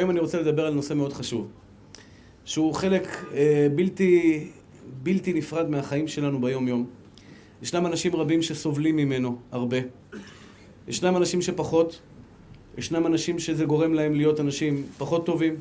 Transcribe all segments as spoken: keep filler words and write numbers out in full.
היום אני רוצה לדבר על נושא מאוד חשוב, שהוא חלק אה, בלתי, בלתי נפרד מהחיים שלנו ביום יום. ישנם אנשים רבים שסובלים ממנו הרבה. ישנם אנשים שפחות. ישנם אנשים שזה גורם להם להיות אנשים פחות טובים.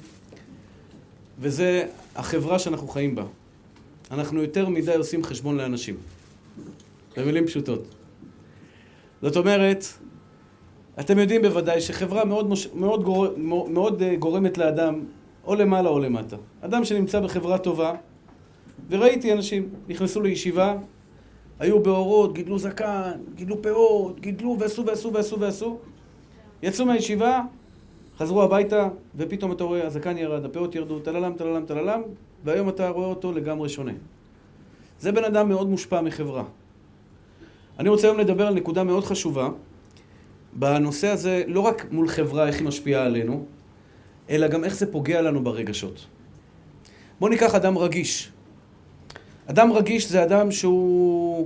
וזה החברה שאנחנו חיים בה. אנחנו יותר מדי עושים חשבון לאנשים. במילים פשוטות. זאת אומרת, אתם יודעים בוודאי שחברה מאוד, מאוד, גור, מאוד גורמת לאדם או למעלה או למטה. אדם שנמצא בחברה טובה, וראיתי אנשים, נכנסו לישיבה, היו באורות, גידלו זקן, גידלו פאות, גידלו ועשו ועשו ועשו ועשו. יצאו מהישיבה, חזרו הביתה, ופתאום אתה רואה, הזקן ירד, הפאות ירדו, תללם, תללם, תללם, והיום אתה רואה אותו לגמרי שונה. זה בן אדם מאוד מושפע מחברה. אני רוצה היום לדבר על נקודה מאוד חשובה, בנושא הזה, לא רק מול חברה, איך היא משפיעה עלינו, אלא גם איך זה פוגע לנו ברגשות. בוא ניקח אדם רגיש. אדם רגיש זה אדם שהוא...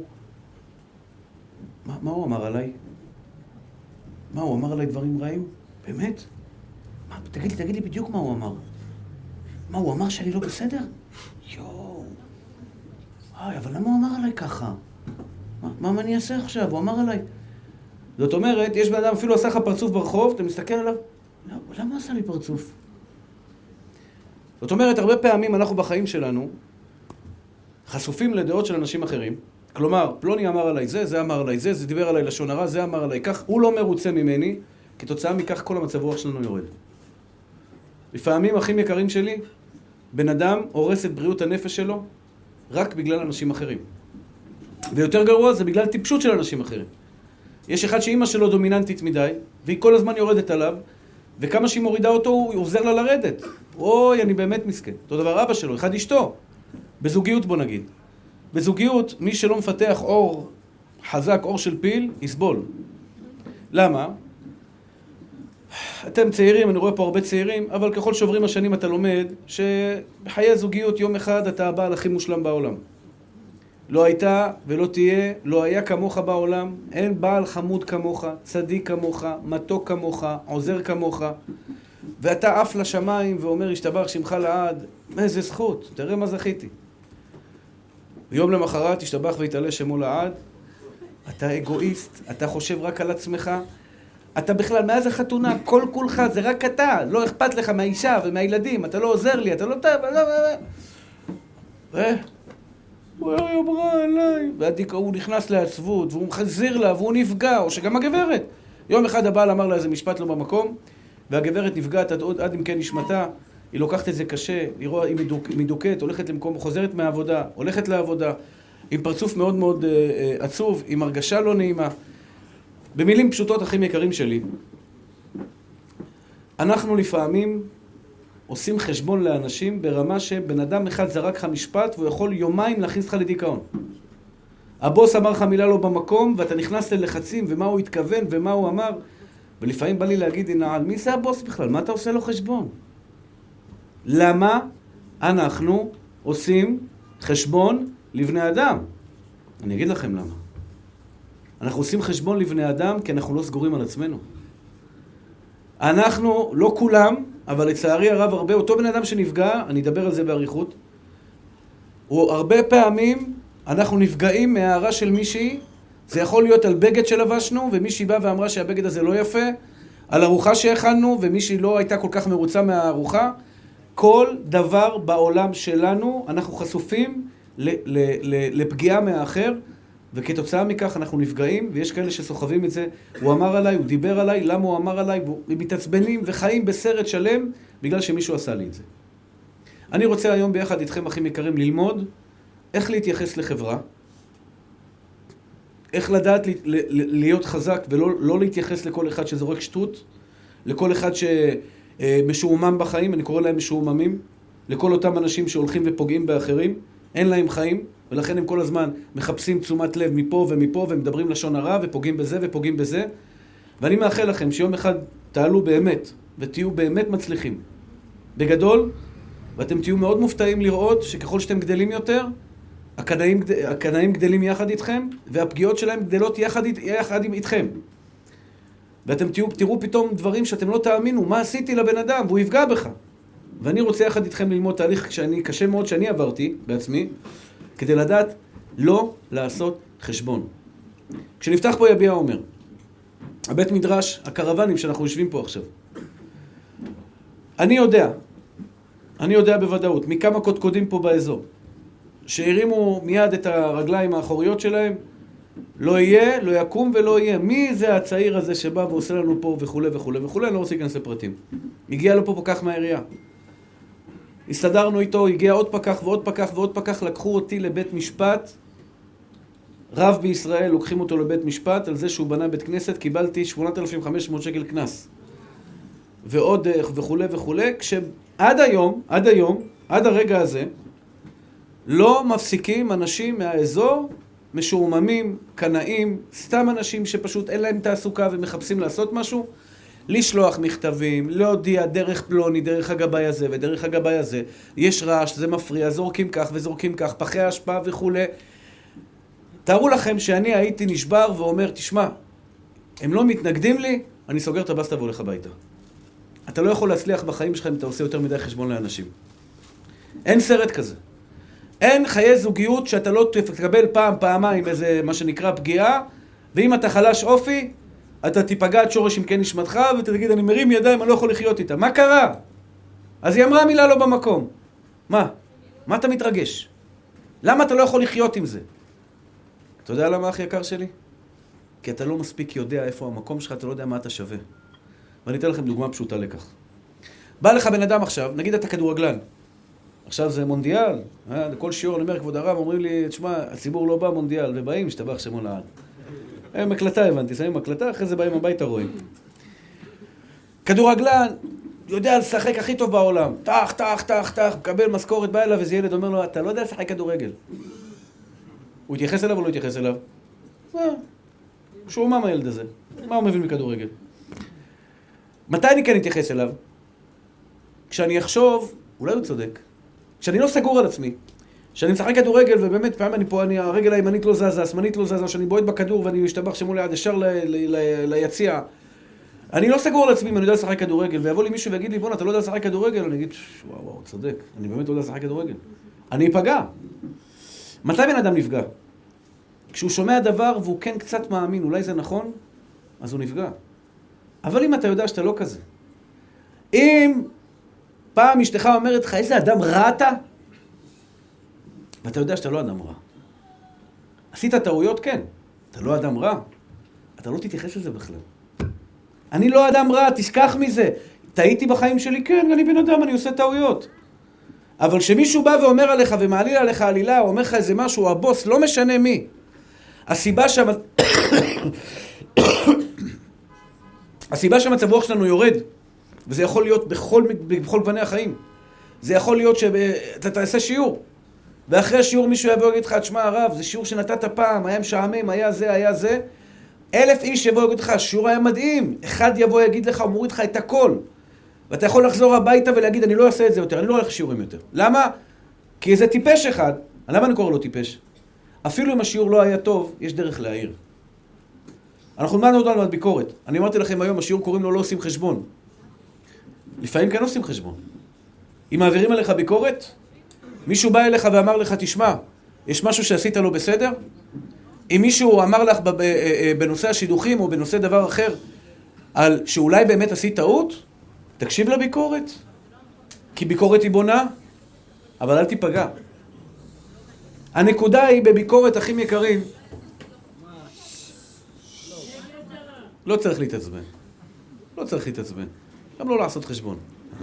מה, מה הוא אמר עליי? מה, הוא אמר עליי דברים רעים? באמת? מה, תגיד לי, תגיד לי בדיוק מה הוא אמר. מה, הוא אמר שאני לא בסדר? יואו. היי, אבל למה הוא אמר עליי ככה? מה, מה, מה אני אעשה עכשיו? הוא אמר עליי... זאת אומרת, יש בן אדם אפילו עשה לך פרצוף ברחוב, אתה מסתכל עליו, לא, למה עשה לי פרצוף? זאת אומרת, הרבה פעמים אנחנו בחיים שלנו חשופים לדעות של אנשים אחרים. כלומר, פלוני אמר עליי זה, זה אמר עליי זה, זה דיבר עליי לשון הרע, זה אמר עליי כך, הוא לא מרוצה ממני, כתוצאה מכך כל המצב רוח שלנו יורד. לפעמים, אחים יקרים שלי, בן אדם הורס את בריאות הנפש שלו רק בגלל אנשים אחרים. ויותר גרוע זה בגלל טיפשות של אנשים אחרים. יש אחד שאימא שלו דומיננטית מדי, והיא כל הזמן יורדת עליו, וכמה שהיא מורידה אותו, הוא עוזר לה לרדת. אוי, אני באמת מסכן. אותו דבר אבא שלו, אחד אשתו. בזוגיות בוא נגיד. בזוגיות, מי שלא מפתח אור חזק, אור של פיל, יסבול. למה? אתם צעירים, אני רואה פה הרבה צעירים, אבל ככל שעוברים השנים אתה לומד, שבחיי זוגיות יום אחד אתה הבעל הכי מושלם בעולם. לא הייתה ולא תהיה, לא היה כמוך בעולם, אין בעל חמוד כמוך, צדיק כמוך, מתוק כמוך, עוזר כמוך, ואתה עף לשמיים ואומר, השתבח שמך לעד, איזה זכות, תראה מה זכיתי. ויום למחרת השתבח והתעלה שמו לעד, אתה אגואיסט, אתה חושב רק על עצמך, אתה בכלל, מאז החתונה, כל כולך, זה רק אתה, לא אכפת לך מהאישה ומהילדים, אתה לא עוזר לי, אתה לא טוב, לא... אה... הוא אמרה עליי, והוא נכנס לעצבות, והוא מחזיר לה, והוא נפגע, או שגם הגברת. יום אחד הבעל אמר לה איזה משפט לא במקום, והגברת נפגעת עד, עד אם כן נשמתה, היא לוקחת את זה קשה, היא רואה, היא מדוק, מדוקת, הולכת למקום, חוזרת מהעבודה, הולכת לעבודה, עם פרצוף מאוד מאוד אה, עצוב, עם הרגשה לא נעימה. במילים פשוטות, אחים יקרים שלי, אנחנו לפעמים עושים חשבון לאנשים ברמה שבן אדם אחד זרק לך משפט והוא יכול יומיים להכניס לך לדיכאון. הבוס אמר לך מילה לא במקום ואתה נכנס ללחצים ומה הוא התכוון ומה הוא אמר, ולפעמים בא לי להגיד, הנה, על מי זה הבוס בכלל? מה אתה עושה לו חשבון? למה אנחנו עושים חשבון לבני אדם? אני אגיד לכם למה. אנחנו עושים חשבון לבני אדם כי אנחנו לא סגורים על עצמנו. אנחנו, לא כולם, אבל לצערי הרב הרבה, אותו בן אדם שנפגע, אני אדבר על זה בעריכות, הוא הרבה פעמים, אנחנו נפגעים מהערה של מישהי, זה יכול להיות על בגד שלבשנו, ומישהי באה ואמרה שהבגד הזה לא יפה, על ארוחה שהכנו, ומישהי לא הייתה כל כך מרוצה מהארוחה, כל דבר בעולם שלנו, אנחנו חשופים ל- ל- ל- לפגיעה מהאחר, וכתוצאה מכך אנחנו נפגעים, ויש כאלה שסוחבים את זה, הוא אמר עליי, הוא דיבר עליי, למה הוא אמר עליי, ומתעצבנים וחיים בסרט שלם, בגלל שמישהו עשה לי את זה. אני רוצה היום ביחד איתכם, אחים יקרים, ללמוד איך להתייחס לחברה, איך לדעת להיות חזק ולא לא להתייחס לכל אחד שזורק שטות, לכל אחד שמשועמם בחיים, אני קורא להם משועממים, לכל אותם אנשים שהולכים ופוגעים באחרים, אין להם חיים, ולכן הם כל הזמן מחפשים תשומת לב מפה ומפה, ומדברים לשון הרע, ופוגעים בזה ופוגעים בזה. ואני מאחל לכם שיום אחד תעלו באמת, ותהיו באמת מצליחים. בגדול, ואתם תהיו מאוד מופתעים לראות שככל שאתם גדלים יותר, הקנאים, הקנאים גדלים יחד איתכם, והפגיעות שלהם גדלות יחד, יחד איתכם. ואתם תראו, תראו פתאום דברים שאתם לא תאמינו, מה עשיתי לבן אדם, והוא יפגע בך. ואני רוצה יחד איתכם ללמוד תהליך שאני, קשה מאוד שאני עברתי בעצמי, כדי לדעת לא לעשות חשבון. כשנפתח פה יביע אומר, הבית מדרש, הקרוונים שאנחנו יושבים פה עכשיו, אני יודע, אני יודע בוודאות, מכמה קודקודים פה באזור, שהרימו מיד את הרגליים האחוריות שלהם, לא יהיה, לא יקום ולא יהיה. מי זה הצעיר הזה שבא ועושה לנו פה וכו' וכו' וכו', אני לא רוצה להיכנס לפרטים. הגיע לו פה פקח מהעירייה. הסתדרנו איתו, הגיע עוד פקח ועוד פקח ועוד פקח, לקחו אותי לבית משפט. רב בישראל, לוקחים אותו לבית משפט, על זה שהוא בנה בית כנסת, קיבלתי שמונת אלפים וחמש מאות שקל קנס. ועוד וכו' וכו', כשעד היום, עד היום, עד הרגע הזה, לא מפסיקים אנשים מהאזור, משורממים, קנאים, סתם אנשים שפשוט אין להם תעסוקה ומחפשים לעשות משהו, לשלוח מכתבים, להודיע דרך פלוני, דרך הגבאי הזה ודרך הגבאי הזה, יש רעש, זה מפריע, זורקים כך וזורקים כך, פחי השפעה וכו'. תארו לכם שאני הייתי נשבר ואומר, תשמע, הם לא מתנגדים לי, אני סוגר את הבסטה והולך הביתה. אתה לא יכול להצליח בחיים שלך אם אתה עושה יותר מדי חשבון לאנשים. אין סרט כזה. אין חיי זוגיות שאתה לא תקבל פעם, פעמיים איזה מה שנקרא פגיעה, ואם אתה חלש אופי, אתה תיפגע עד שורש עם כן נשמתך, ותגיד, אני מרים ידיים, אני לא יכול לחיות איתה. מה קרה? אז היא אמרה מילה לא במקום. מה? מה אתה מתרגש? למה אתה לא יכול לחיות עם זה? אתה יודע למה, אחי יקר שלי? כי אתה לא מספיק יודע איפה המקום שלך, אתה לא יודע מה אתה שווה. ואני אתן לכם דוגמה פשוטה לכך. בא לך בן אדם עכשיו, נגיד אתה כדורגלן. עכשיו זה מונדיאל, אה? כל שיעור אני אומר, כבוד הרב, אומרים לי, תשמע, הציבור לא בא מונדיאל, ובאים, משתבח שמו לעד. הם הקלטה, הבנתי, שמים הקלטה, אחרי זה באים הביתה רואים. כדורגלן, יודע לשחק הכי טוב בעולם. תח, תח, תח, תח, מקבל משכורת, בא אליו, איזה ילד אומר לו, אתה לא יודע לשחק כדורגל. הוא יתייחס אליו או לא יתייחס אליו? מה? שהוא מה מהילד הזה? מה הוא מבין מכדורגל? מתי אני כן אתייחס אליו? כשאני אחשוב, אולי הוא צודק. כשאני לא סגור על עצמי, כשאני משחק כדורגל, ובאמת פעם אני פה, אני, הרגל הימנית לא זזה, השמאלית לא זזה, שאני בועט בכדור ואני משתבח שמו ליד ישר ל, ל, ל, ליציע. אני לא סגור על עצמי אם אני יודע לשחק כדורגל, ויבוא לי מישהו ויגיד לי, בוא, אתה לא יודע לשחק כדורגל, אני אגיד, וואו, וואו, צודק, אני באמת לא יודע לשחק כדורגל. אני אפגע. מתי בן אדם נפגע? כשהוא שומע דבר והוא כן קצת מאמין, אולי זה נכון, אז הוא נפגע. אבל אם אתה יודע שאתה לא כזה, אם פעם אשתך אומרת לך, איזה אדם רע אתה? ואתה יודע שאתה לא אדם רע. עשית טעויות? כן. אתה לא אדם רע. אתה לא תתייחס לזה בכלל. אני לא אדם רע, תשכח מזה. טעיתי בחיים שלי? כן, אני בן אדם, אני עושה טעויות. אבל כשמישהו בא ואומר עליך ומעליל עליך עלילה, או אומר לך איזה משהו, הבוס, לא משנה מי. הסיבה שם... הסיבה שהמצב רוח שלנו יורד, וזה יכול להיות בכל, בכל גווני החיים. זה יכול להיות שאתה תעשה שיעור, ואחרי השיעור מישהו יבוא ויגיד לך, תשמע הרב, זה שיעור שנתת פעם, היה משעמם, היה זה, היה זה. אלף איש יבוא ויגיד לך, השיעור היה מדהים. אחד יבוא יגיד לך, הוא מוריד לך את הכל. ואתה יכול לחזור הביתה ולהגיד, אני לא אעשה את זה יותר, אני לא הולך שיעורים יותר. למה? כי איזה טיפש אחד. למה אני קורא לו טיפש? אפילו אם השיעור לא היה טוב, יש דרך להעיר. אנחנו למדנו אותו על ביקורת. אני אמרתי לכם היום, השיעור קוראים לו לא עושים חשבון. לפעמים כן עושים חשבון. אם מעבירים עליך ביקורת, מישהו בא אליך ואמר לך, תשמע, יש משהו שעשית לו בסדר? אם מישהו אמר לך בנושא השידוכים או בנושא דבר אחר, על שאולי באמת עשית טעות, תקשיב לביקורת. כי ביקורת היא בונה, אבל אל תיפגע. הנקודה היא בביקורת, אחים יקרים, לא צריך להתעצבן. לא צריך להתעצבן. גם לא לעשות חשבון.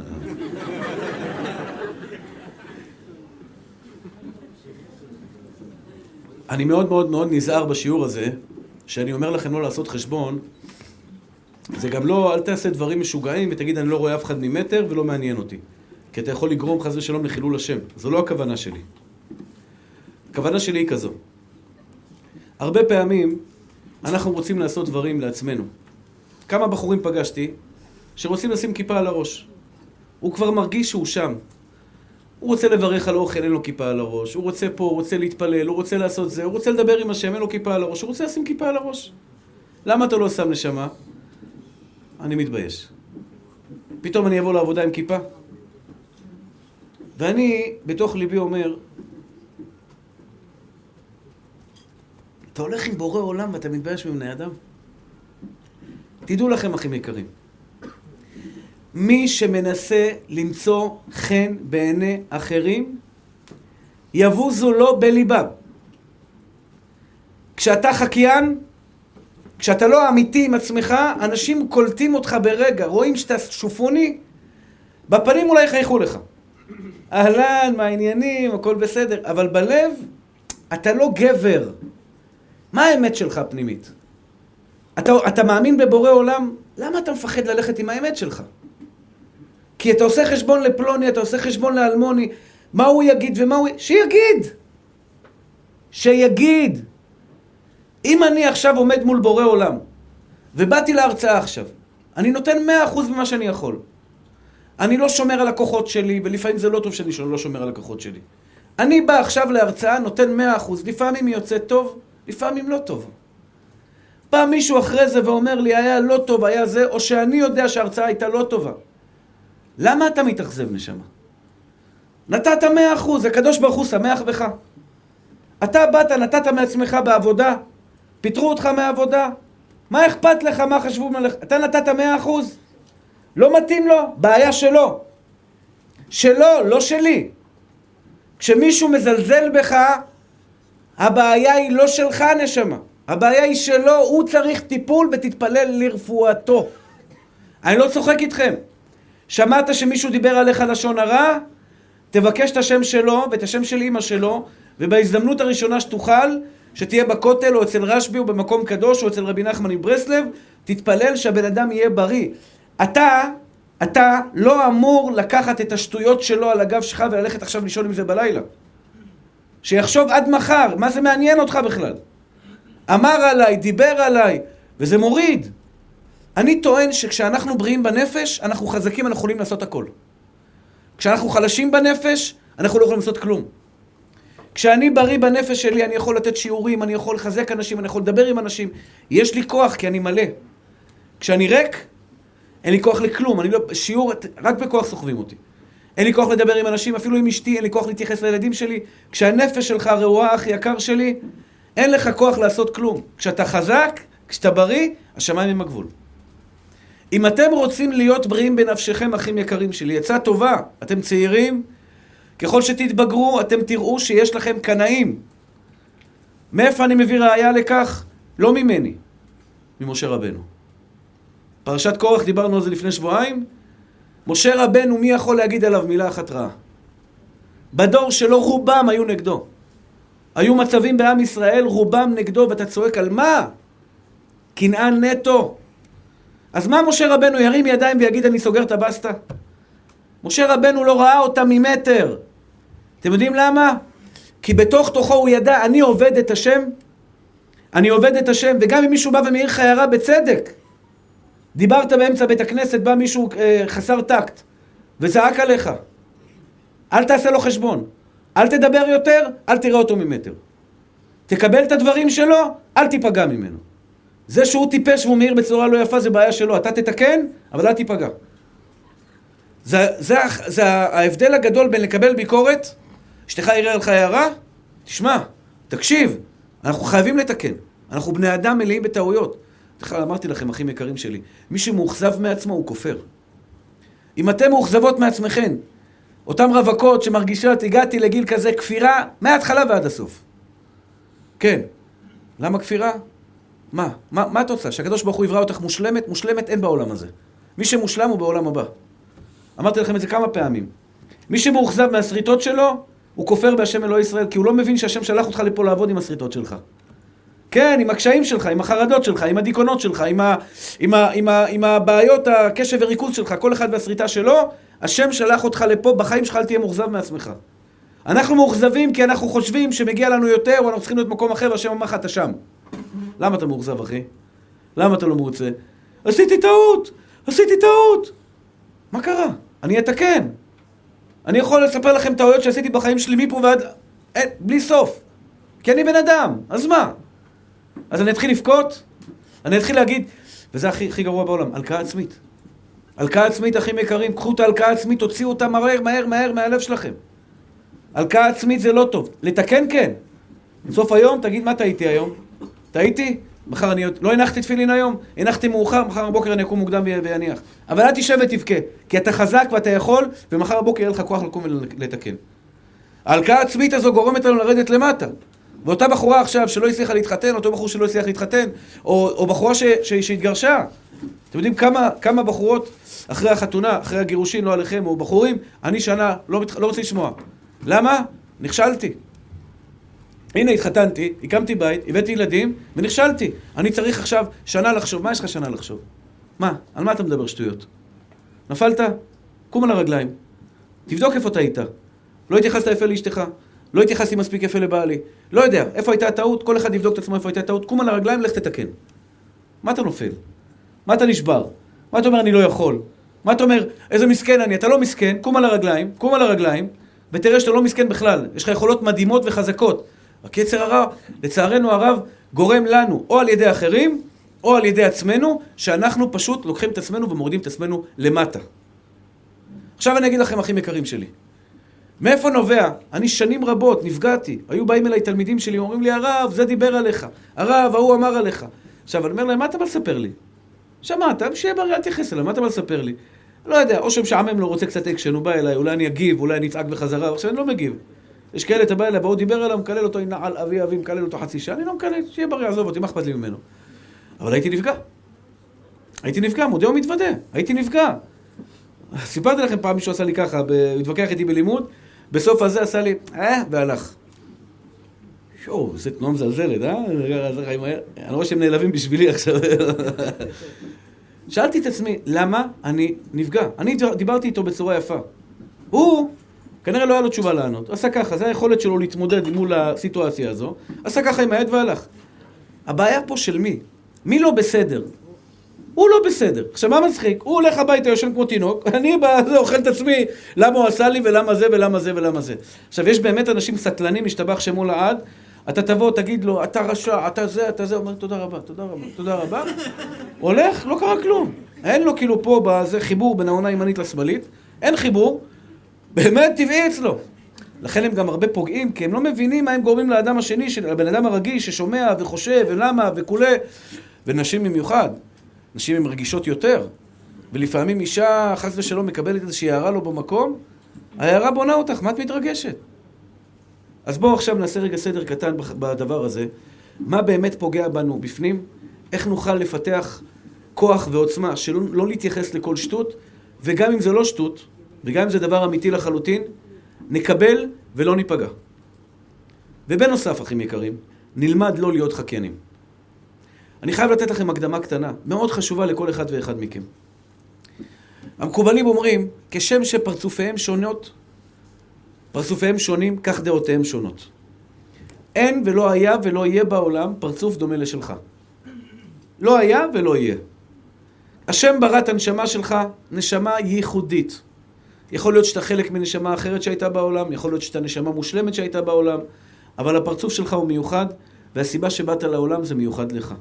אני מאוד מאוד מאוד נזהר בשיעור הזה, שאני אומר לכם לא לעשות חשבון, זה גם לא, אל תעשה דברים משוגעים ותגיד אני לא רואה אף אחד ממטר ולא מעניין אותי. כי אתה יכול לגרום חס ושלום לחילול השם. זו לא הכוונה שלי. הכוונה שלי היא כזו. הרבה פעמים אנחנו רוצים לעשות דברים לעצמנו. כמה בחורים פגשתי שרוצים לשים כיפה על הראש. הוא כבר מרגיש שהוא שם. הוא רוצה לברך על אוכל, אין לו כיפה על הראש. הוא רוצה פה, הוא רוצה להתפלל, הוא רוצה לעשות זה, הוא רוצה לדבר עם השם, אין לו כיפה על הראש. הוא רוצה לשים כיפה על הראש. למה אתה לא שם נשמה? אני מתבייש. פתאום אני אבוא לעבודה עם כיפה, ואני בתוך ליבי אומר, אתה הולך עם בורא עולם ואתה מתבייש מבני אדם? תדעו לכם, אחים יקרים, מי שמנסה למצוא חן בעיני אחרים, יבוזו לו בליבם. כשאתה חקיין, כשאתה לא אמיתי עם עצמך, אנשים קולטים אותך ברגע, רואים שאתה שופוני, בפנים אולי יחייכו לך. אהלן, מה העניינים, הכל בסדר, אבל בלב, אתה לא גבר. מה האמת שלך פנימית? אתה, אתה מאמין בבורא עולם? למה אתה מפחד ללכת עם האמת שלך? כי אתה עושה חשבון לפלוני, אתה עושה חשבון לאלמוני, מה הוא יגיד ומה הוא... שיגיד! שיגיד! אם אני עכשיו עומד מול בורא עולם, ובאתי להרצאה עכשיו, אני נותן מאה אחוז ממה שאני יכול. אני לא שומר על הכוחות שלי, ולפעמים זה לא טוב שאני לא שומר על הכוחות שלי. אני בא עכשיו להרצאה, נותן מאה אחוז, לפעמים היא יוצאת טוב, לפעמים לא טוב. פעם מישהו אחרי זה ואומר לי, היה לא טוב, היה זה, או שאני יודע שההרצאה הייתה לא טובה. למה אתה מתאכזב, נשמה? נתת מאה אחוז, הקדוש ברוך הוא שמח בך. אתה באת, נתת מעצמך בעבודה, פיתרו אותך מהעבודה. מה אכפת לך, מה חשבו מלך? אתה נתת מאה אחוז. לא מתאים לו, בעיה שלו. שלו, לא שלי. כשמישהו מזלזל בך, הבעיה היא לא שלך, נשמה. הבעיה היא שלו, הוא צריך טיפול ותתפלל לרפואתו. אני לא צוחק איתכם. שמעת שמישהו דיבר עליך לשון הרע? תבקש את השם שלו ואת השם של אמא שלו, ובהזדמנות הראשונה שתוכל, שתהיה בכותל או אצל רשבי או במקום קדוש או אצל רבי נחמן מברסלב, תתפלל שהבן אדם יהיה בריא. אתה, אתה לא אמור לקחת את השטויות שלו על הגב שלך וללכת עכשיו לישון עם זה בלילה. שיחשוב עד מחר, מה זה מעניין אותך בכלל? אמר עליי, דיבר עליי, וזה מוריד. אני טוען שכשאנחנו בריאים בנפש, אנחנו חזקים, אנחנו יכולים לעשות הכל. כשאנחנו חלשים בנפש, אנחנו לא יכולים לעשות כלום. כשאני בריא בנפש שלי, אני יכול לתת שיעורים, אני יכול לחזק אנשים, אני יכול לדבר עם אנשים. יש לי כוח כי אני מלא. כשאני ריק, אין לי כוח לכלום. אני לא, שיעור, רק בכוח סוחבים אותי. אין לי כוח לדבר עם אנשים, אפילו עם אשתי, אין לי כוח להתייחס לילדים שלי. כשהנפש שלך רעועה, אחי יקר שלי, אין לך כוח לעשות כלום. כשאתה חזק, כשאתה בריא, השמיים הם הגבול. אם אתם רוצים להיות בריאים בנפשכם, אחים יקרים שלי, יצאה טובה, אתם צעירים, ככל שתתבגרו, אתם תראו שיש לכם קנאים. מאיפה אני מביא ראיה לכך? לא ממני, ממשה רבנו. פרשת קורח, דיברנו על זה לפני שבועיים. משה רבנו, מי יכול להגיד עליו מילה אחת רעה? בדור שלו רובם היו נגדו. היו מצבים בעם ישראל, רובם נגדו, ואתה צועק על מה? קנאה נטו. אז מה משה רבנו ירים ידיים ויגיד אני סוגר את הבסטה? משה רבנו לא ראה אותה ממטר. אתם יודעים למה? כי בתוך תוכו הוא ידע, אני עובד את השם, אני עובד את השם, וגם אם מישהו בא ומעיר לך הערה בצדק, דיברת באמצע בית הכנסת, בא מישהו אה, חסר טקט, וזעק עליך, אל תעשה לו חשבון, אל תדבר יותר, אל תראה אותו ממטר. תקבל את הדברים שלו, אל תיפגע ממנו. זה שהוא טיפש והוא מעיר בצורה לא יפה, זה בעיה שלו. אתה תתקן, אבל אל תיפגע. זה, זה, זה ההבדל הגדול בין לקבל ביקורת, אשתך יראה לך הערה, תשמע, תקשיב, אנחנו חייבים לתקן. אנחנו בני אדם מלאים בטעויות. אמרתי לכם, אחים יקרים שלי, מי שמאוכזב מעצמו הוא כופר. אם אתם מאוכזבות מעצמכם, אותם רווקות שמרגישות, הגעתי לגיל כזה, כפירה, מההתחלה ועד הסוף. כן. למה כפירה? מה? מה, מה התוצאה? שהקדוש ברוך הוא יברא אותך מושלמת? מושלמת אין בעולם הזה. מי שמושלם הוא בעולם הבא. אמרתי לכם את זה כמה פעמים. מי שמאוכזב מהשריטות שלו, הוא כופר בהשם אלוהי ישראל, כי הוא לא מבין שהשם שלח אותך לפה לעבוד עם השריטות שלך. כן, עם הקשיים שלך, עם החרדות שלך, עם הדיכאונות שלך, עם, ה, עם, ה, עם, ה, עם הבעיות, הקשב וריכוז שלך, כל אחד והשריטה שלו, השם שלח אותך לפה, בחיים שלך אל תהיה מאוכזב מעצמך. אנחנו מאוכזבים כי אנחנו חושבים שמגיע לנו יותר, או אנחנו צריכים להיות מקום אחר, והשם אמר לך, אתה שם. למה אתה מאוכזב, אחי? למה אתה לא מרוצה? עשיתי טעות! עשיתי טעות! מה קרה? אני אתקן. אני יכול לספר לכם טעויות שעשיתי בחיים שלי מפה ועד... אין, בלי סוף. כי אני בן אדם. אז מה? אז אני אתחיל לבכות? אני אתחיל להגיד, וזה הכי, הכי גרוע בעולם, הלקאה עצמית. הלקאה עצמית, אחים יקרים, קחו את ההלקאה עצמית, תוציאו אותה מהר, מהר, מהר, מהלב שלכם. הלקאה עצמית זה לא טוב. לתקן כן. סוף היום, תגיד, מה טעיתי היום? טעיתי? מחר אני... לא הנחתי תפילין היום, הנחתי מאוחר, מחר בבוקר אני אקום מוקדם ויניח. אבל אל תשב ותבכה, כי אתה חזק ואתה יכול, ומחר בבוקר יהיה לך כוח לקום ולתקן. ההלקאה העצמית הזו גורמת לנו לרדת למטה. ואותה בחורה עכשיו שלא הצליחה להתחתן, אותו בחור שלא הצליח להתחתן, או, או בחורה ש, ש, שהתגרשה. אתם יודעים כמה, כמה בחורות אחרי החתונה, אחרי הגירושין, לא עליכם, או בחורים, אני שנה לא, לא רוצה לשמוע. למה? נכשלתי. הנה התחתנתי, הקמתי בית, הבאתי ילדים, ונכשלתי. אני צריך עכשיו שנה לחשוב. מה יש לך שנה לחשוב? מה? על מה אתה מדבר שטויות? נפלת? קום על הרגליים. תבדוק איפה אתה היית. לא התייחסת יפה לאשתך. לא התייחסתי מספיק יפה לבעלי. לא יודע, איפה הייתה הטעות? כל אחד יבדוק את עצמו איפה הייתה הטעות. קום על הרגליים, לך תתקן. מה אתה נופל? מה אתה נשבר? מה אתה אומר אני לא יכול? מה אתה אומר איזה מסכן אני? אתה לא מסכן, קום על הרגליים, קום על הרגליים, ותראה שאתה לא מסכן בכלל. יש לך יכולות מדהימות וחזקות. הקצר הרע, לצערנו הרב, גורם לנו, או על ידי אחרים, או על ידי עצמנו, שאנחנו פשוט לוקחים את עצמנו ומורידים את עצמנו למטה. עכשיו אני אגיד לכם, אחים יקרים שלי. מאיפה נובע? אני שנים רבות נפגעתי. היו באים אליי תלמידים שלי, אומרים לי, הרב, זה דיבר עליך. הרב, ההוא אמר עליך. עכשיו, אני אומר להם, מה אתה בא לספר לי? שמעת, שיהיה בריא, אל תייחס אליי, מה אתה בא לספר לי? לא יודע, או שמשעמם לו, רוצה קצת אקשן, הוא בא אליי, אולי אני אגיב, אולי אני אצעק בחזרה, עכשיו אני לא מגיב. יש כאלה, אתה בא אליי, והוא דיבר עליו, מקלל אותו עם נעל אבי אבי, מקלל אותו חצי שעה, אני לא מקלל, שיהיה בריא, עזוב אותי, מה אכפת לי ממנו? אבל הייתי נפגע. הייתי נפגע, מודה ומתוודה. הייתי נפגע. סיפרתי לכם פעם מישהו עשה לי ככה, התווכח איתי בלימוד, בסוף הזה עשה לי, אה, והלך. שואו, זה תנועה מזלזלת, אה? אני רואה שהם נעלבים בשבילי עכשיו. שאלתי את עצמי, למה אני נפגע? אני דיברתי איתו בצורה יפה. הוא, כנראה לא היה לו תשובה לענות. עשה ככה, זה היכולת שלו להתמודד מול הסיטואציה הזו. עשה ככה עם היד והלך. הבעיה פה של מי? מי לא בסדר? הוא לא בסדר. עכשיו מה מצחיק? הוא הולך הביתה, יושן כמו תינוק, אני בזה אוכל את עצמי, למה הוא עשה לי ולמה זה ולמה זה ולמה זה. עכשיו יש באמת אנשים סטלנים, משתבח שמו לעד, אתה תבוא, תגיד לו, אתה רשע, אתה זה, אתה זה, אומר תודה רבה, תודה רבה, תודה רבה. הולך, לא קרה כלום. אין לו כאילו פה בזה חיבור בין העונה הימנית לשמאלית, אין חיבור, באמת טבעי אצלו. לכן הם גם הרבה פוגעים, כי הם לא מבינים מה הם גורמים לאדם השני, לבן אדם הרגיש ששומע וחושב ולמה וכולי, ונשים במיוחד. נשים הן רגישות יותר, ולפעמים אישה חס ושלום מקבלת איזושהי הערה לו במקום, ההערה בונה אותך, מה את מתרגשת? אז בואו עכשיו נעשה רגע סדר קטן בדבר הזה, מה באמת פוגע בנו בפנים, איך נוכל לפתח כוח ועוצמה שלא לא להתייחס לכל שטות, וגם אם זה לא שטות, וגם אם זה דבר אמיתי לחלוטין, נקבל ולא ניפגע. ובנוסף, אחים יקרים, נלמד לא להיות חקיינים. אני חייב לתת לכם הקדמה קטנה, מאוד חשובה לכל אחד ואחד מכם. המקובלים אומרים, כשם שפרצופיהם שונות, פרצופיהם שונים, כך דעותיהם שונות. אין ולא היה ולא יהיה בעולם פרצוף דומה לשלך. לא היה ולא יהיה. השם ברא את הנשמה שלך, נשמה ייחודית. יכול להיות שאתה חלק מנשמה אחרת שהייתה בעולם, יכול להיות שאתה נשמה מושלמת שהייתה בעולם, אבל הפרצוף שלך הוא מיוחד, והסיבה שבאת לעולם זה מיוחד לך.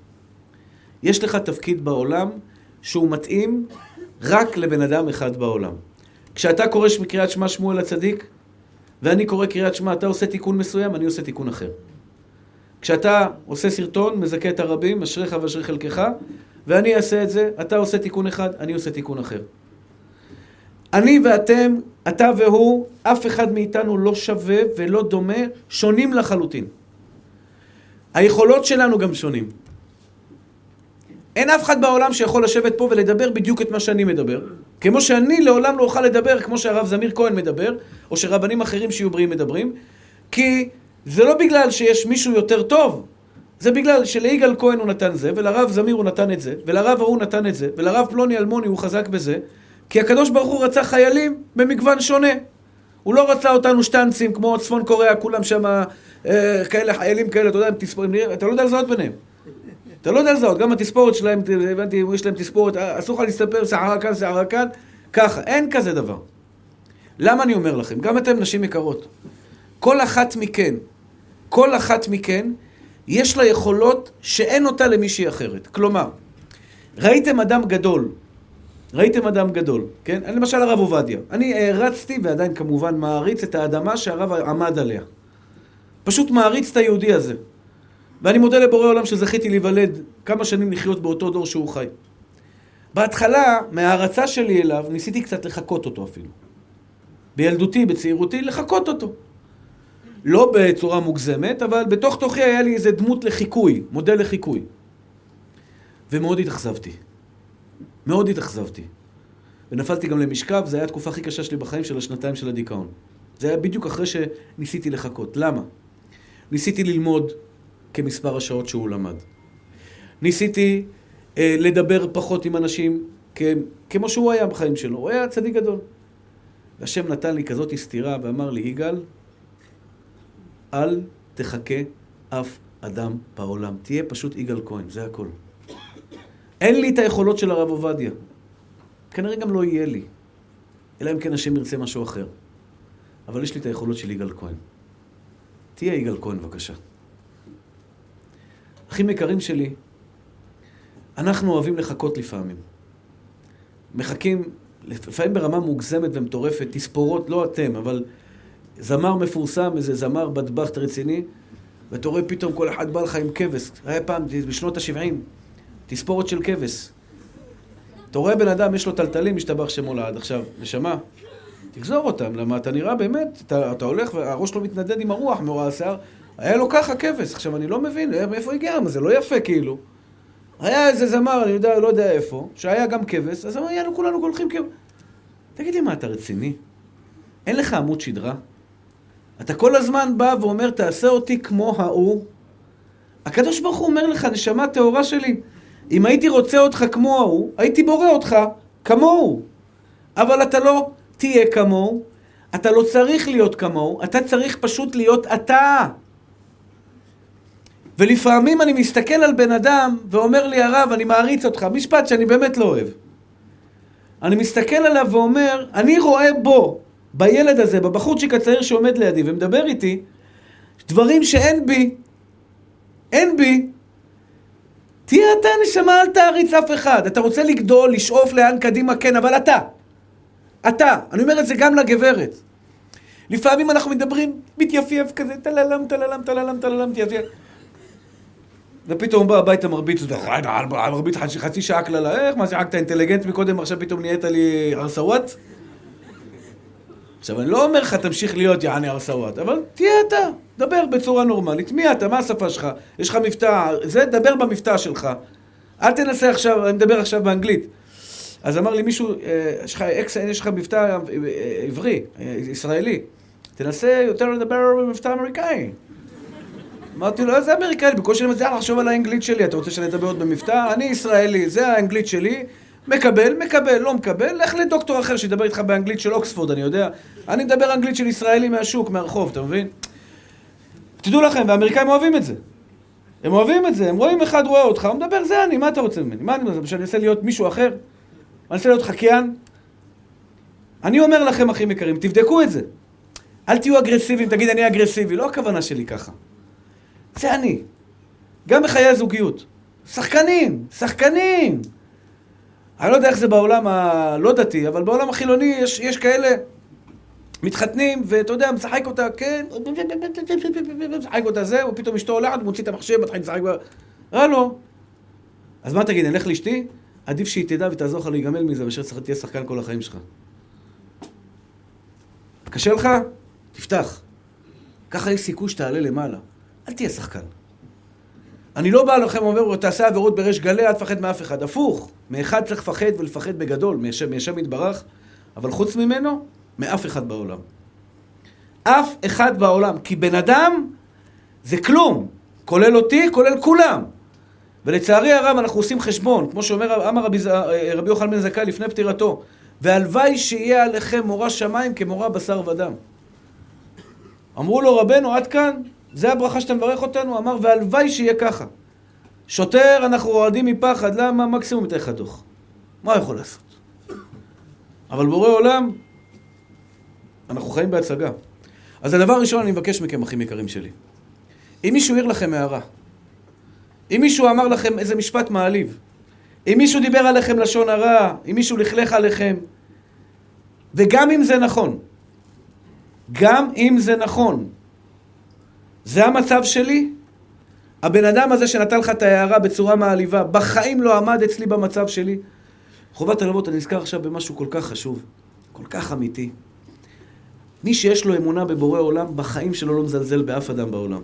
יש לך תפקיד בעולם שהוא מתאים רק לבן אדם אחד בעולם. כשאתה קורא מקריאת שמע שמואל הצדיק, ואני קורא קריאת שמע, אתה עושה תיקון מסוים, אני עושה תיקון אחר. כשאתה עושה סרטון, מזכה את הרבים, אשריך ואשרי חלקך, ואני אעשה את זה, אתה עושה תיקון אחד, אני עושה תיקון אחר. אני ואתם, אתה והוא, אף אחד מאיתנו לא שווה ולא דומה, שונים לחלוטין. היכולות שלנו גם שונים. אין אף אחד בעולם שיכול לשבת פה ולדבר בדיוק את מה שאני מדבר. כמו שאני לעולם לא אוכל לדבר כמו שהרב זמיר כהן מדבר, או שרבנים אחרים שיהיו בריאים מדברים, כי זה לא בגלל שיש מישהו יותר טוב, זה בגלל שליגאל כהן הוא נתן זה, ולרב זמיר הוא נתן את זה, ולרב ההוא נתן את זה, ולרב פלוני אלמוני הוא חזק בזה, כי הקדוש ברוך הוא רצה חיילים במגוון שונה. הוא לא רצה אותנו שטנצים כמו צפון קוריאה, כולם שם אה, כאלה חיילים כאלה, אתה יודע, אתה לא יודע לזהות ביניהם. אתה לא יודע לזהות, גם התספורת שלהם, הבנתי, יש להם תספורת, אסור לך להסתפר, שערה כאן, שערה כאן, ככה, אין כזה דבר. למה אני אומר לכם? גם אתם נשים יקרות. כל אחת מכן, כל אחת מכן, יש לה יכולות שאין אותה למישהי אחרת. כלומר, ראיתם אדם גדול, ראיתם אדם גדול, כן? אני למשל הרב עובדיה. אני הרצתי ועדיין כמובן מעריץ את האדמה שהרב עמד עליה. פשוט מעריץ את היהודי הזה. ואני מודה לבורא עולם שזכיתי להיוולד כמה שנים לחיות באותו דור שהוא חי. בהתחלה, מההרצה שלי אליו, ניסיתי קצת לחקות אותו אפילו. בילדותי, בצעירותי, לחקות אותו. לא בצורה מוגזמת, אבל בתוך תוכי היה לי איזה דמות לחיקוי, מודל לחיקוי. ומאוד התאכזבתי. מאוד התאכזבתי. ונפלתי גם למשכב, זה היה התקופה הכי קשה שלי בחיים של השנתיים של הדיכאון. זה היה בדיוק אחרי שניסיתי לחכות. למה? ניסיתי ללמוד כמספר השעות שהוא למד. ניסיתי אה, לדבר פחות עם אנשים כ- כמו שהוא היה בחיים שלו. הוא היה צדיק גדול. והשם נתן לי כזאת סתירה ואמר לי, יגאל, אל תחכה אף אדם בעולם. תהיה פשוט יגאל כהן, זה הכל. אין לי את היכולות של הרב עובדיה. כנראה גם לא יהיה לי. אלא אם כן השם ירצה משהו אחר. אבל יש לי את היכולות של יגאל כהן. תהיה יגאל כהן, בבקשה. אחים יקרים שלי, אנחנו אוהבים לחכות לפעמים. מחכים, לפעמים ברמה מוגזמת ומטורפת, תספורות, לא אתם, אבל זמר מפורסם, איזה זמר בדבחת רציני, ואתה רואה פתאום כל אחד בא לך עם כבש. היה פעם, בשנות ה-שבעים, תספורת של כבש. אתה רואה בן אדם, יש לו טלטלים, משתבח שמו לעד. עכשיו, נשמה, תגזור אותם, למה אתה נראה באמת, אתה, אתה הולך והראש שלו מתנדד עם הרוח, מאורע השיער, היה לו ככה כבש. עכשיו, אני לא מבין, מאיפה הגיע? מה זה לא יפה כאילו. היה איזה זמר, אני יודע, לא יודע איפה, שהיה גם כבש, אז היה לו כולנו הולכים כבש. תגיד לי, מה, אתה רציני? אין לך עמוד שדרה? אתה כל הזמן בא ואומר, תעשה אותי כמו ההוא. הקדוש ברוך הוא אומר לך, נשמה טהורה שלי, אם הייתי רוצה אותך כמו ההוא, הייתי בורא אותך כמוהו. אבל אתה לא תהיה כמוהו, אתה לא צריך להיות כמוהו, אתה צריך פשוט להיות אתה. ולפעמים אני מסתכל על בן אדם ואומר לי, הרב, אני מעריץ אותך, משפט שאני באמת לא אוהב. אני מסתכל עליו ואומר, אני רואה בו, בילד הזה, בבחורצ'יק הצעיר שעומד לידי ומדבר איתי, דברים שאין בי, אין בי. תהיה אתה נשמה, אל תעריץ אף אחד. אתה רוצה לגדול, לשאוף לאן קדימה, כן, אבל אתה. אתה. אני אומר את זה גם לגברת. לפעמים אנחנו מדברים, מתייפייף כזה, תללם, תללם, תללם, תללם, תייפייף. ופתאום בא הביתה מרביץ, מרביץ חצי שעה כללה, איך, מה זה, עקת אינטליגנט מקודם, עכשיו פתאום נהיית לי הרסוואט? עכשיו, אני לא אומר לך, תמשיך להיות יעני הרסוואט, אבל תהיה אתה, דבר בצורה נורמלית. מי אתה? מה השפה שלך? יש לך מבטא, זה, דבר במבטא שלך. אל תנסה עכשיו, אני מדבר עכשיו באנגלית. אז אמר לי מישהו, יש לך, יש לך מבטא עברי, ישראלי. תנסה יותר לדבר במבטא אמריקאי. אמרתי לו, איזה אמריקאי? בקושי אני מצליח לחשוב על האנגלית שלי. אתה רוצה שאני אדבר עוד במבטא? אני ישראלי, זה האנגלית שלי. מקבל, מקבל, לא מקבל. לך לדוקטור אחר שידבר איתך באנגלית של אוקספורד, אני יודע. אני מדבר אנגלית של ישראלי מהשוק, מהרחוב, אתה מבין? תדעו לכם, והאמריקאים אוהבים את זה. הם אוהבים את זה, הם רואים אחד רואה אותך, הוא מדבר, זה אני, מה אתה רוצה ממני? מה אני רוצה? שאני אנסה להיות מישהו אחר? אני אנסה להיות חקיין? אני אומר לכם, אחים יקרים, תבדקו את זה. אל תהיו אגרסיביים, תגיד אני אגרסיבי, לא הכוונה שלי ככה. זה אני. גם בחיי הזוגיות. שחקנים, שחקנים. אני לא יודע איך זה בעולם הלא דתי, אבל בעולם החילוני יש, יש כאלה מתחתנים, ואתה יודע, משחק אותה, כן, משחק אותה זה, ופתאום אשתו עולעת, מוציא את המחשב, מתחיל לשחק בה. רע לו. אז מה תגיד, נלך לאשתי? עדיף שהיא תדע ותעזור לך להיגמל מזה, ושאר תהיה שחקן כל החיים שלך. קשה לך? תפתח. ככה יש סיכוי שתעלה למעלה. אל תהיה שחקן. אני לא בא לכם ואומר, תעשה עבירות בריש גלי, אל תפחד מאף אחד. הפוך. מאחד צריך לפחד ולפחד בגדול, מהשם יתברך, אבל חוץ ממנו, מאף אחד בעולם. אף אחד בעולם. כי בן אדם זה כלום. כולל אותי, כולל כולם. ולצערי הרב אנחנו עושים חשבון, כמו שאומר אמר רבי, רבי יוחנן בן זכאי לפני פטירתו, והלוואי שיהיה עליכם מורא שמיים כמורא בשר ודם. אמרו לו רבנו, עד כאן, זה הברכה שאתה מברך אותנו, אמר, והלוואי שיהיה ככה. שוטר, אנחנו רועדים מפחד, למה? מקסימום יתן לך דוח. מה יכול לעשות? אבל בורא עולם, אנחנו חיים בהצגה. אז הדבר הראשון אני מבקש מכם, אחים יקרים שלי. אם מישהו העיר לכם הערה, אם מישהו אמר לכם איזה משפט מעליב, אם מישהו דיבר עליכם לשון הרע, אם מישהו לכלך עליכם, וגם אם זה נכון, גם אם זה נכון, זה המצב שלי, הבן אדם הזה שנתן לך את ההערה בצורה מעליבה, בחיים לא עמד אצלי במצב שלי. חובת הלוות, אני נזכר עכשיו במשהו כל כך חשוב, כל כך אמיתי. מי שיש לו אמונה בבורא עולם, בחיים שלו לא מזלזל באף אדם בעולם.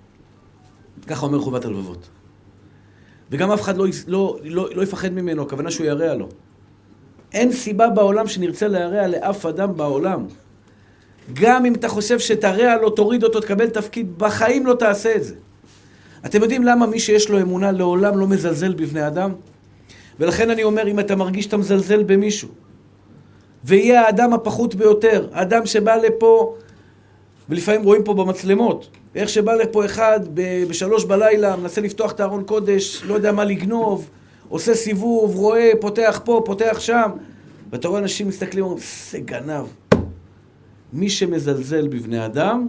ככה אומר חובת הלבבות. וגם אף אחד לא, לא, לא, לא יפחד ממנו, הכוונה שהוא ירע לו. אין סיבה בעולם שנרצה להרע לאף אדם בעולם. גם אם אתה חושב שתרע לו, תוריד אותו, תקבל תפקיד, בחיים לא תעשה את זה. אתם יודעים למה מי שיש לו אמונה לעולם לא מזלזל בבני אדם? ולכן אני אומר, אם אתה מרגיש שאתה מזלזל במישהו, ויהיה האדם הפחות ביותר, האדם שבא לפה, ולפעמים רואים פה במצלמות, איך שבא לפה אחד בשלוש בלילה, מנסה לפתוח את הארון קודש, לא יודע מה לגנוב, עושה סיבוב, רואה, פותח פה, פותח שם, ואתה רואה אנשים מסתכלים, אומרים, זה גנב. מי שמזלזל בבני אדם,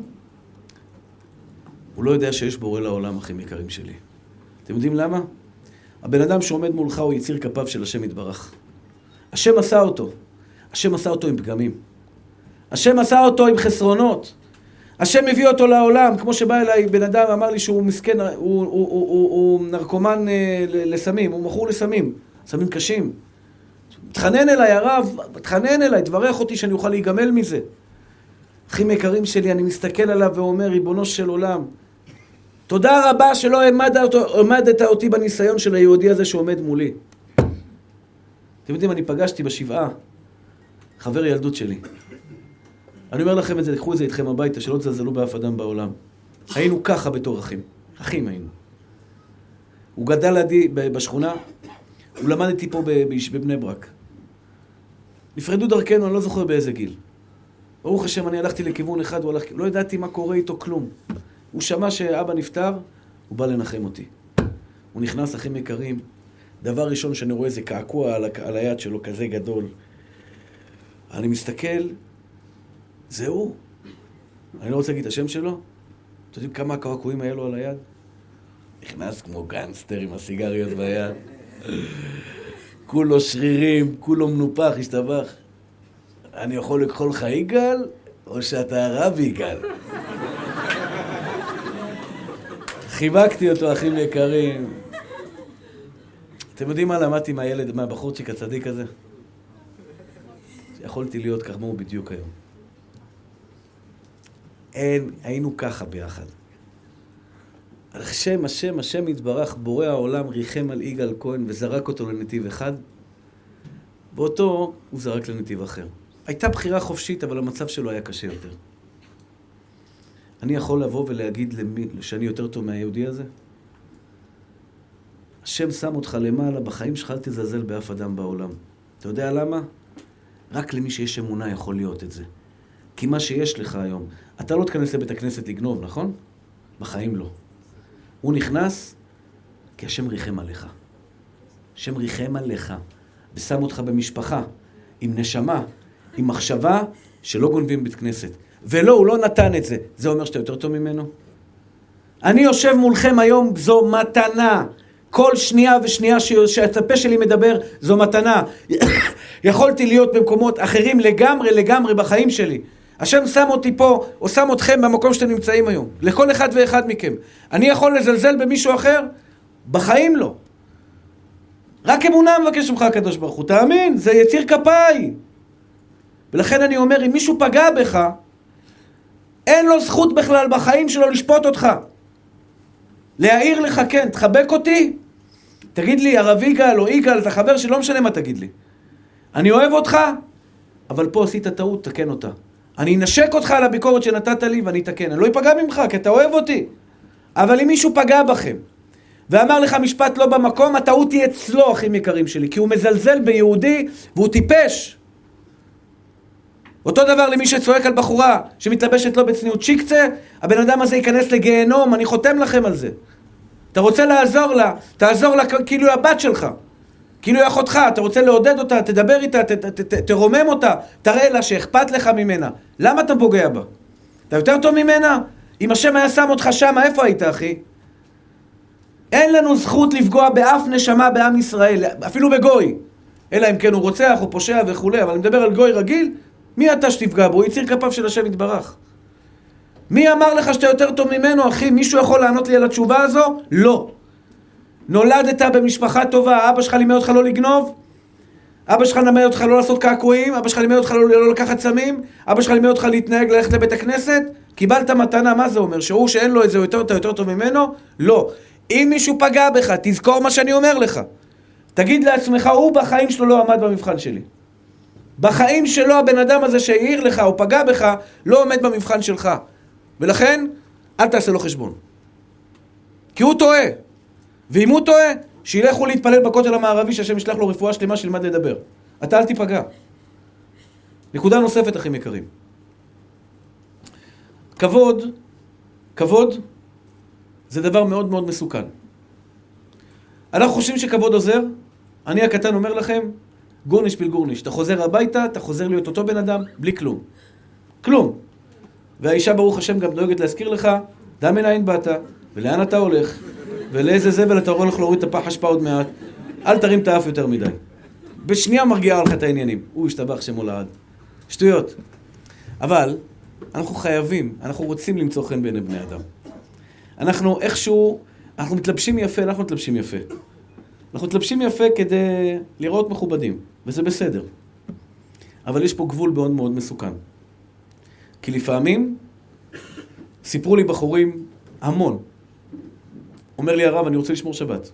הוא לא יודע שיש בורא לעולם, אחים יקרים שלי. אתם יודעים למה? הבן אדם שעומד מולך הוא יציר כפיו של השם יתברך. השם עשה אותו. השם עשה אותו עם פגמים. השם עשה אותו עם חסרונות. השם מביא אותו לעולם, כמו שבא אליי בן אדם ואמר לי שהוא מסכן, הוא, הוא, הוא, הוא, הוא נרקומן לסמים, הוא מכור לסמים, סמים קשים. תחנן אליי, הרב, תחנן אליי, תברך אותי שאני אוכל להיגמל מזה. אחים יקרים שלי, אני מסתכל עליו ואומר, ריבונו של עולם, תודה רבה שלא עמדת אותי בניסיון של היהודי הזה שעומד מולי. אתם יודעים, אני פגשתי בשבעה, חבר ילדות שלי. אני אומר לכם את זה, תקחו את זה איתכם הביתה, שלא תזלזלו באף אדם בעולם. היינו ככה בתור אחים. אחים היינו. הוא גדל לידי בשכונה, הוא למד איתי פה בבני ברק. נפרדו דרכנו, אני לא זוכר באיזה גיל. ברוך השם, אני הלכתי לכיוון אחד, הוא הלך, לא ידעתי מה קורה איתו כלום. הוא שמע שאבא נפטר, הוא בא לנחם אותי. הוא נכנס, אחים יקרים. דבר ראשון שאני רואה זה קעקוע על, על היד שלו, כזה גדול. אני מסתכל, זהו. אני לא רוצה להגיד את השם שלו. אתם יודעים כמה הקעקועים היה לו על היד? נכנס כמו גנסטר עם הסיגריות ביד. כולו שרירים, כולו מנופח, השתבח. אני יכול לקחול לך יגאל, או שאתה הרב יגאל? חיבקתי אותו, אחים יקרים. אתם יודעים מה למדתי מהילד, מהבחורצ'יק הצדיק הזה? יכולתי להיות כמוהו בדיוק היום. אין, היינו ככה ביחד. השם, השם, השם יתברך, בורא העולם, ריחם על יגאל כהן וזרק אותו לנתיב אחד, ואותו הוא זרק לנתיב אחר. הייתה בחירה חופשית, אבל המצב שלו היה קשה יותר. אני יכול לבוא ולהגיד למי, שאני יותר טוב מהיהודי הזה? השם שם אותך למעלה, בחיים שלך אל תזלזל באף אדם בעולם. אתה יודע למה? רק למי שיש אמונה יכול להיות את זה. כי מה שיש לך היום, אתה לא תכנס לבית הכנסת לגנוב, נכון? בחיים לא. הוא נכנס כי השם ריחם עליך. השם ריחם עליך ושם אותך במשפחה, עם נשמה, עם מחשבה שלא גונבים בית כנסת. ולא, הוא לא נתן את זה. זה אומר שאתה יותר טוב ממנו? אני יושב מולכם היום, זו מתנה. כל שנייה ושנייה שהפה שלי מדבר, זו מתנה. יכולתי להיות במקומות אחרים לגמרי, לגמרי בחיים שלי. השם שם אותי פה, או שם אתכם במקום שאתם נמצאים היום. לכל אחד ואחד מכם. אני יכול לזלזל במישהו אחר? בחיים לא. רק אמונה מבקש ממך הקדוש ברוך הוא. תאמין, זה יציר כפיי. ולכן אני אומר, אם מישהו פגע בך, אין לו זכות בכלל בחיים שלו לשפוט אותך. להעיר לך, כן, תחבק אותי. תגיד לי, הרב יגאל או יגאל, אתה חבר שלי, לא משנה מה תגיד לי. אני אוהב אותך, אבל פה עשית טעות, תקן אותה. אני אנשק אותך על הביקורת שנתת לי ואני אתקן. אני לא אפגע ממך, כי אתה אוהב אותי. אבל אם מישהו פגע בכם, ואמר לך משפט לא במקום, הטעות היא אצלו, אחים יקרים שלי, כי הוא מזלזל ביהודי והוא טיפש. אותו דבר למי שצועק על בחורה שמתלבשת לו בצניעות שיקצה, הבן אדם הזה ייכנס לגיהנום, אני חותם לכם על זה. אתה רוצה לעזור לה, תעזור לה כאילו היא הבת שלך, כאילו היא אחותך, אתה רוצה לעודד אותה, תדבר איתה, ת, ת, ת, תרומם אותה, תראה לה שאכפת לך ממנה. למה אתה פוגע בה? אתה יותר טוב ממנה? אם השם היה שם אותך שם, איפה היית, אחי? אין לנו זכות לפגוע באף נשמה בעם ישראל, אפילו בגוי. אלא אם כן הוא רוצח, הוא פושע וכו', אבל אני מדבר על גוי רגיל, מי אתה שתפגע בו? הוא יציר כפיו של השם יתברך. מי אמר לך שאתה יותר טוב ממנו, אחי? מישהו יכול לענות לי על התשובה הזו? לא. נולדת במשפחה טובה, אבא שלך לימד אותך לא לגנוב, אבא שלך לימד אותך לא לעשות קעקועים, אבא שלך לימד אותך לא, לא לקחת סמים, אבא שלך לימד אותך להתנהג, ללכת לבית הכנסת, קיבלת מתנה, מה זה אומר? שהוא שאין לו את זה יותר, אתה יותר טוב ממנו? לא. אם מישהו פגע בך, תזכור מה שאני אומר לך. תגיד לעצמך, הוא בחיים שלו לא עמד במבחן שלי. בחיים שלו הבן אדם הזה שהעיר לך או פגע בך, לא עומד במבחן שלך. ולכן, אל תעשה לו חשבון. כי הוא טועה. ואם הוא טועה, שילכו להתפלל בכותל המערבי, שהשם ישלח לו רפואה שלמה שילמד לדבר. אתה אל תיפגע. נקודה נוספת, אחים יקרים. כבוד, כבוד, זה דבר מאוד מאוד מסוכן. אנחנו חושבים שכבוד עוזר. אני הקטן אומר לכם, גורניש פיל גורניש. אתה חוזר הביתה, אתה חוזר להיות אותו בן אדם, בלי כלום. כלום. והאישה ברוך השם גם דואגת להזכיר לך, דע מנין באת, ולאן אתה הולך, ולאיזה זבל אתה הולך להוריד את הפח אשפה עוד מעט. אל תרים את האף יותר מדי. בשנייה מרגיעה לך את העניינים. הוא ישתבח שמו לעד. שטויות. אבל אנחנו חייבים, אנחנו רוצים למצוא חן בעיני בני אדם. אנחנו איכשהו, אנחנו מתלבשים יפה, אנחנו מתלבשים יפה. אנחנו מתלבשים יפה כדי לראות מכובדים, וזה בסדר. אבל יש פה גבול מאוד מאוד מסוכן. כי לפעמים סיפרו לי בחורים המון. אומר לי הרב, אני רוצה לשמור שבת.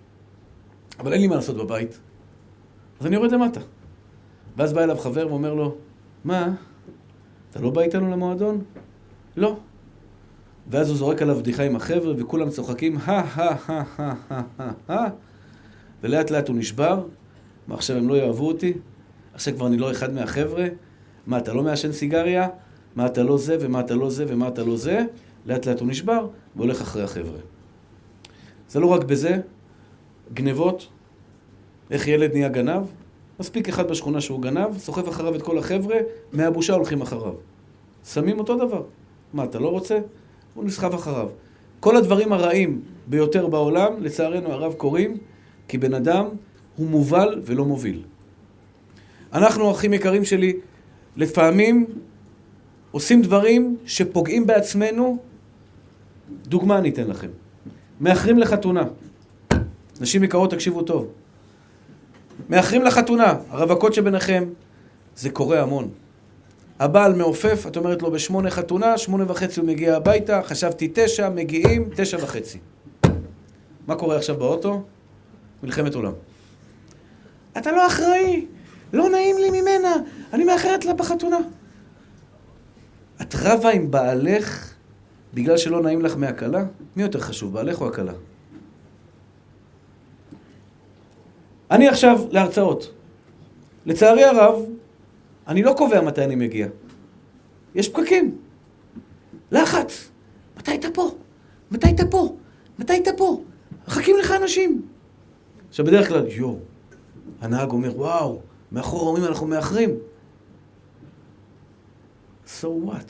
אבל אין לי מה לעשות בבית. אז אני יורד למטה. ואז בא אליו חבר ואומר לו, מה? אתה לא בא איתנו למועדון? לא. ואז הוא זורק עליו בדיחה עם החבר'ה, וכולם צוחקים, הא, הא, הא, הא, הא, הא, הא. ולאט לאט הוא נשבר. מה, עכשיו הם לא יאהבו אותי? עכשיו כבר אני לא אחד מהחבר'ה? מה, אתה לא מעשן סיגריה? מה, אתה לא זה, ומה אתה לא זה, ומה אתה לא זה? לאט לאט הוא נשבר, והולך אחרי החבר'ה. זה לא רק בזה, גנבות, איך ילד נהיה גנב, מספיק אחד בשכונה שהוא גנב, סוחף אחריו את כל החבר'ה, מהבושה הולכים אחריו. שמים אותו דבר. מה, אתה לא רוצה? הוא נסחף אחריו. כל הדברים הרעים ביותר בעולם, לצערנו הרב קוראים, כי בן אדם הוא מובל ולא מוביל. אנחנו, אחים יקרים שלי, לפעמים עושים דברים שפוגעים בעצמנו. דוגמה אני אתן לכם. מאחרים לחתונה. נשים יקרות, תקשיבו טוב. מאחרים לחתונה. הרווקות שביניכם, זה קורה המון. הבעל מעופף, את אומרת לו בשמונה חתונה, שמונה וחצי הוא מגיע הביתה, חשבתי תשע, מגיעים, תשע וחצי. מה קורה עכשיו באוטו? מלחמת עולם. אתה לא אחראי, לא נעים לי ממנה, אני מאחרת לה בחתונה. את רבה עם בעלך בגלל שלא נעים לך מהקלה? מי יותר חשוב, בעלך או הקלה? אני עכשיו להרצאות. לצערי הרב, אני לא קובע מתי אני מגיע. יש פקקים. לחץ. מתי אתה פה? מתי אתה פה? מתי אתה פה? מחכים לך אנשים. עכשיו בדרך כלל, יו, הנהג אומר, וואו, מאחור אומרים אנחנו מאחרים. So what?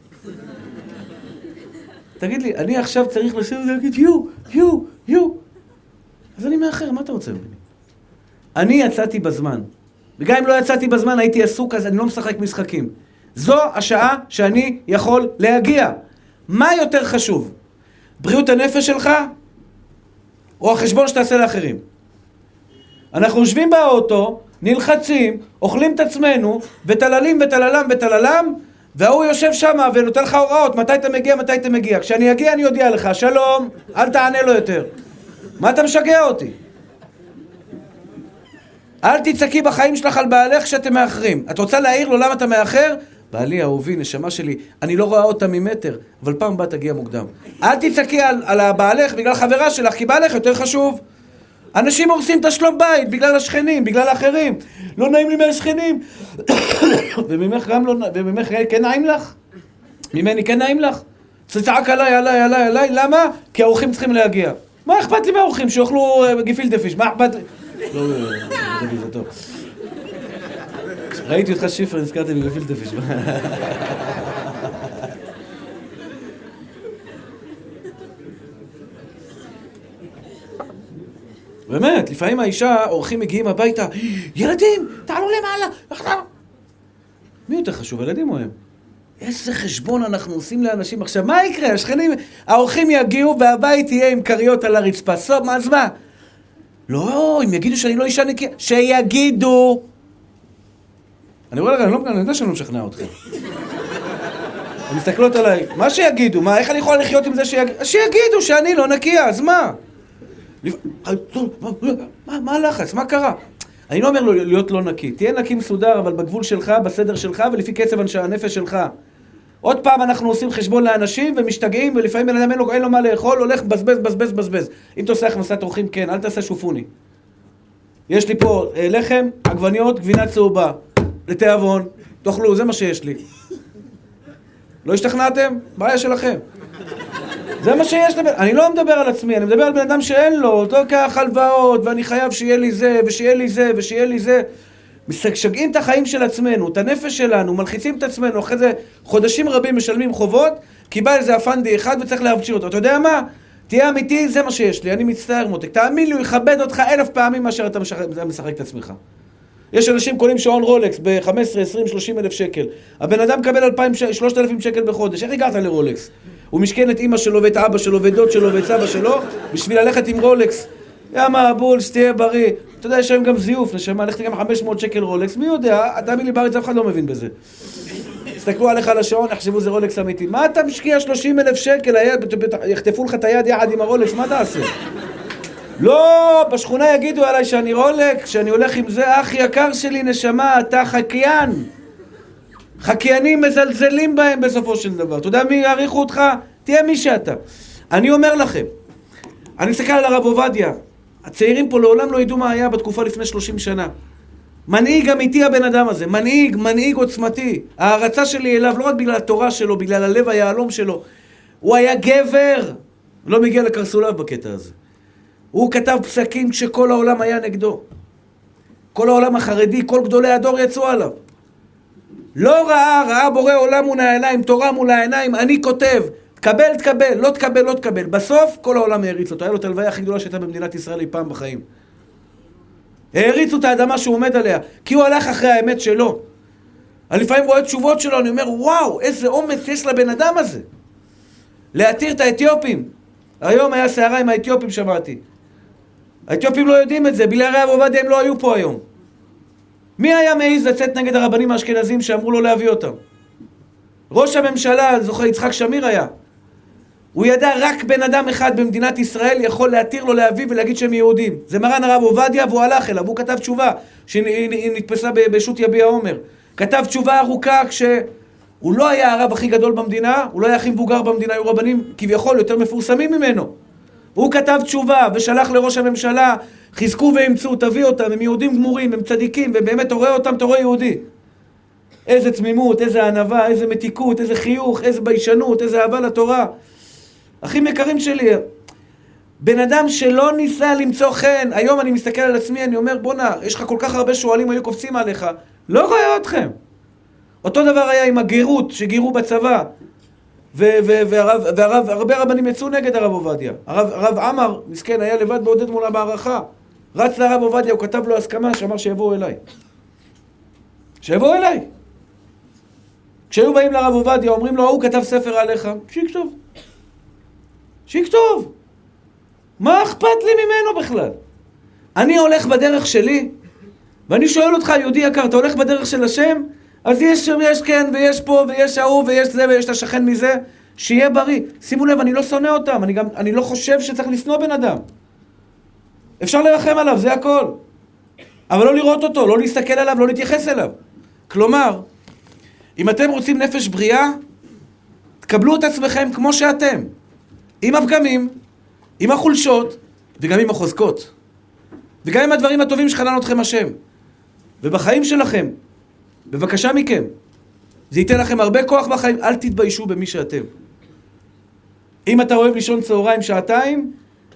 תגיד לי, אני עכשיו צריך לשבת ולהגיד, יו, יו, יו. אז אני מאחר, מה אתה רוצה ממני? אני יצאתי בזמן. וגם אם לא יצאתי בזמן, הייתי עסוק, אז אני לא משחק משחקים. זו השעה שאני יכול להגיע. מה יותר חשוב? בריאות הנפש שלך? או החשבון שתעשה לאחרים? אנחנו יושבים באוטו, נלחצים, אוכלים את עצמנו, ותללים ותללם ותללם, והוא יושב שם ונותן לך הוראות, מתי אתה מגיע, מתי אתה מגיע. כשאני אגיע אני אודיע לך, שלום, אל תענה לו יותר. מה אתה משגע אותי? אל תצעקי בחיים שלך על בעלך שאתם מאחרים. את רוצה להעיר לו למה אתה מאחר? בעלי, אהובי, נשמה שלי, אני לא רואה אותה ממטר, אבל פעם בא תגיע מוקדם. אל תצעקי על, על הבעלך בגלל חברה שלך, כי בעלך יותר חשוב. אנשים הורסים את השלום בית בגלל השכנים, בגלל האחרים. לא נעים לי מהשכנים. וממך גם לא, וממך כן נעים לך? ממני כן נעים לך? צצעק עליי, עליי, עליי, עליי, למה? כי האורחים צריכים להגיע. מה אכפת לי מהאורחים שאוכלו גפילטע פיש? מה אכפת לי? לא, לא, לא, זה טוב. ראיתי אותך שיפר, נזכרתי בגפילטע פיש. באמת, לפעמים האישה, אורחים מגיעים הביתה, ילדים, תעלו למעלה. מי יותר חשוב, ילדים או הם? איזה חשבון אנחנו עושים לאנשים. עכשיו, מה יקרה? השכנים, האורחים יגיעו והבית יהיה עם קריות על הרצפה. סוף, מה, אז מה? לא, אם יגידו שאני לא אישה נקייה, שיגידו. אני רואה לך, אני לא מגן, אני יודע שאני לא משכנע אתכם. הם מסתכלות עליי, מה שיגידו? מה, איך אני יכול לחיות עם זה שיגידו? שיגידו שאני לא נקייה, אז מה? מה, מה הלחץ? מה קרה? אני לא אומר לו להיות לא נקי. תהיה נקי מסודר, אבל בגבול שלך, בסדר שלך, ולפי קצב הנפש שלך. עוד פעם אנחנו עושים חשבון לאנשים ומשתגעים, ולפעמים בן אדם אין לו, אין לו מה לאכול, הולך בזבז, בזבז, בזבז. אם תעשה הכנסת אורחים, כן, אל תעשה שופוני. יש לי פה אה, לחם, עגבניות, גבינה צהובה, לתיאבון, תאכלו, זה מה שיש לי. לא השתכנעתם? בעיה שלכם. זה מה שיש לבן... אני לא מדבר על עצמי, אני מדבר על בן אדם שאין לו, לא כך הלוואות, ואני חייב שיהיה לי זה, ושיהיה לי זה, ושיהיה לי זה. משגעים את החיים של עצמנו, את הנפש שלנו, מלחיצים את עצמנו, אחרי זה חודשים רבים משלמים חובות, כי בא איזה אפנדי אחד וצריך להבצ'יר אותו. אתה יודע מה? תהיה אמיתי, זה מה שיש לי, אני מצטער מותק. תאמין לי, הוא יכבד אותך אלף פעמים מאשר אתה משחק את עצמך. יש אנשים קונים שעון רולקס ב-חמש עשרה, עשרים, שלושים אלף שקל. הבן אדם מקבל אלפיים, שלושת אלפים שקל בחודש. איך הגעת לרולקס? הוא משכן את אמא שלו ואת אבא שלו ואת דוד שלו ואת סבא שלו בשביל ללכת עם רולקס. יאמה, בול, שתהיה בריא. אתה יודע, יש היום גם זיוף, נשמה, ללכת גם חמש מאות שקל רולקס. מי יודע? תאמין לי, בארץ אף אחד לא מבין בזה. תסתכלו עליך על השעון, יחשבו זה רולקס אמיתי. מה אתה משקיע שלושים אלף שקל? יחטפו לך את היד יחד עם הרולקס, מה תעשה? לא, בשכונה יגידו עליי שאני רולקס, שאני הולך עם זה, אח יקר שלי, נשמה, אתה חקיין. חקיינים מזלזלים בהם בסופו של דבר. אתה יודע מי יעריכו אותך? תהיה מי שאתה. אני אומר לכם, אני מסתכל על הרב עובדיה, הצעירים פה לעולם לא ידעו מה היה בתקופה לפני שלושים שנה. מנהיג אמיתי הבן אדם הזה, מנהיג, מנהיג עוצמתי. ההרצה שלי אליו לא רק בגלל התורה שלו, בגלל הלב היהלום שלו. הוא היה גבר, לא מגיע לקרסוליו בקטע הזה. הוא כתב פסקים כשכל העולם היה נגדו. כל העולם החרדי, כל גדולי הדור יצאו עליו. לא ראה, ראה בורא עולם מול העיניים, תורה מול העיניים, אני כותב, תקבל, תקבל, לא תקבל, לא תקבל. בסוף כל העולם העריץ אותו, היה לו את הלוויה הכי גדולה שהייתה במדינת ישראל אי פעם בחיים. העריצו את האדמה שהוא עומד עליה, כי הוא הלך אחרי האמת שלו. אני לפעמים רואה תשובות שלו, אני אומר, וואו, איזה אומץ יש לבן אדם הזה. להתיר את האתיופים. היום היה סערה עם האתיופים, שמעתי. האתיופים לא יודעים את זה, בלי הרב עובדיה הם לא היו פה היום. מי היה מעיז לצאת נגד הרבנים האשכנזים שאמרו לו להביא אותם? ראש הממשלה, זוכר, יצחק שמיר היה. הוא ידע רק בן אדם אחד במדינת ישראל יכול להתיר לו להביא ולהגיד שהם יהודים. זה מרן הרב עובדיה והוא הלך אליו, הוא כתב תשובה שנתפסה בשו"ת יביע עומר. כתב תשובה ארוכה כשהוא לא היה הרב הכי גדול במדינה, הוא לא היה הכי מבוגר במדינה, היו רבנים כביכול יותר מפורסמים ממנו. הוא כתב תשובה ושלח לראש הממשלה, חזקו ואמצו, תביא אותם, הם יהודים גמורים, הם צדיקים, ובאמת אתה רואה אותם, אתה רואה יהודי. איזה תמימות, איזה ענווה, איזה מתיקות, איזה חיוך, איזה ביישנות, איזה אהבה לתורה. אחים יקרים שלי, בן אדם שלא ניסה למצוא חן, היום אני מסתכל על עצמי, אני אומר, בונה, יש לך כל כך הרבה שואלים, היו קופצים עליך, לא רואה אתכם. אותו דבר היה עם הגירות, שגירו בצבא, והרב, והרב, הרבה רבנים יצאו נגד הרב עובדיה. הרב, הרב עמר, מסכן, היה לבד בעודד מול המערכה. רץ לרב עובדיה, הוא כתב לו הסכמה, שאמר שיבואו אליי. שיבואו אליי. כשהיו באים לרב עובדיה, אומרים לו, הוא כתב ספר עליך, שיקטוב. שיקטוב. מה אכפת לי ממנו בכלל? אני הולך בדרך שלי, ואני שואל אותך, יהודי יקר, אתה הולך בדרך של השם? אז יש, יש כן, ויש פה, ויש ההוא, ויש זה, ויש את השכן מזה, שיהיה בריא. שימו לב, אני לא שונא אותם, אני גם, אני לא חושב שצריך לשנוא בן אדם. אפשר לרחם עליו, זה הכל. אבל לא לראות אותו, לא להסתכל עליו, לא להתייחס אליו. כלומר, אם אתם רוצים נפש בריאה, תקבלו את עצמכם כמו שאתם. עם הפגמים, עם החולשות, וגם עם החוזקות. וגם עם הדברים הטובים שחנן אתכם השם. ובחיים שלכם, בבקשה מכם, זה ייתן לכם הרבה כוח בחיים, אל תתביישו במי שאתם. אם אתה אוהב לישון צהריים שעתיים,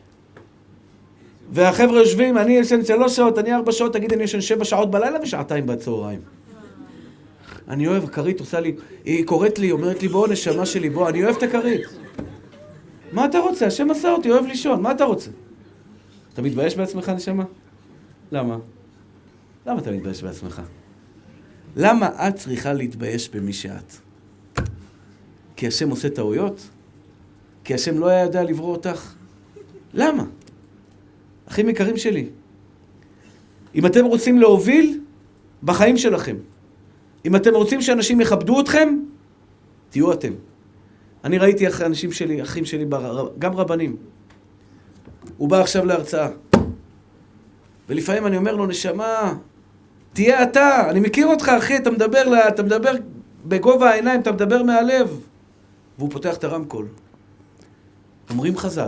והחבר'ה יושבים, אני ישן שלוש שעות, אני ארבע שעות, תגיד, אני ישן שבע שעות בלילה ושעתיים בצהריים. אני אוהב, הכרית עושה לי, היא קוראת לי, אומרת לי, בוא נשמה שלי, בוא, אני אוהב את הכרית. מה אתה רוצה? השם עשה אותי, אוהב לישון, מה אתה רוצה? אתה מתבייש בעצמך, נשמה? למה? למה אתה מתבייש בעצמך? למה את צריכה להתבייש במי שאת? כי השם עושה טעויות? כי השם לא היה יודע לברוא אותך? למה? אחים יקרים שלי, אם אתם רוצים להוביל בחיים שלכם, אם אתם רוצים שאנשים יכבדו אתכם, תהיו אתם. אני ראיתי אחרי אנשים שלי, אחים שלי, גם רבנים. הוא בא עכשיו להרצאה. ולפעמים אני אומר לו, נשמה, תהיה אתה, אני מכיר אותך אחי, אתה מדבר, לה, אתה מדבר בגובה העיניים, אתה מדבר מהלב. והוא פותח את הרמקול. אומרים חז"ל.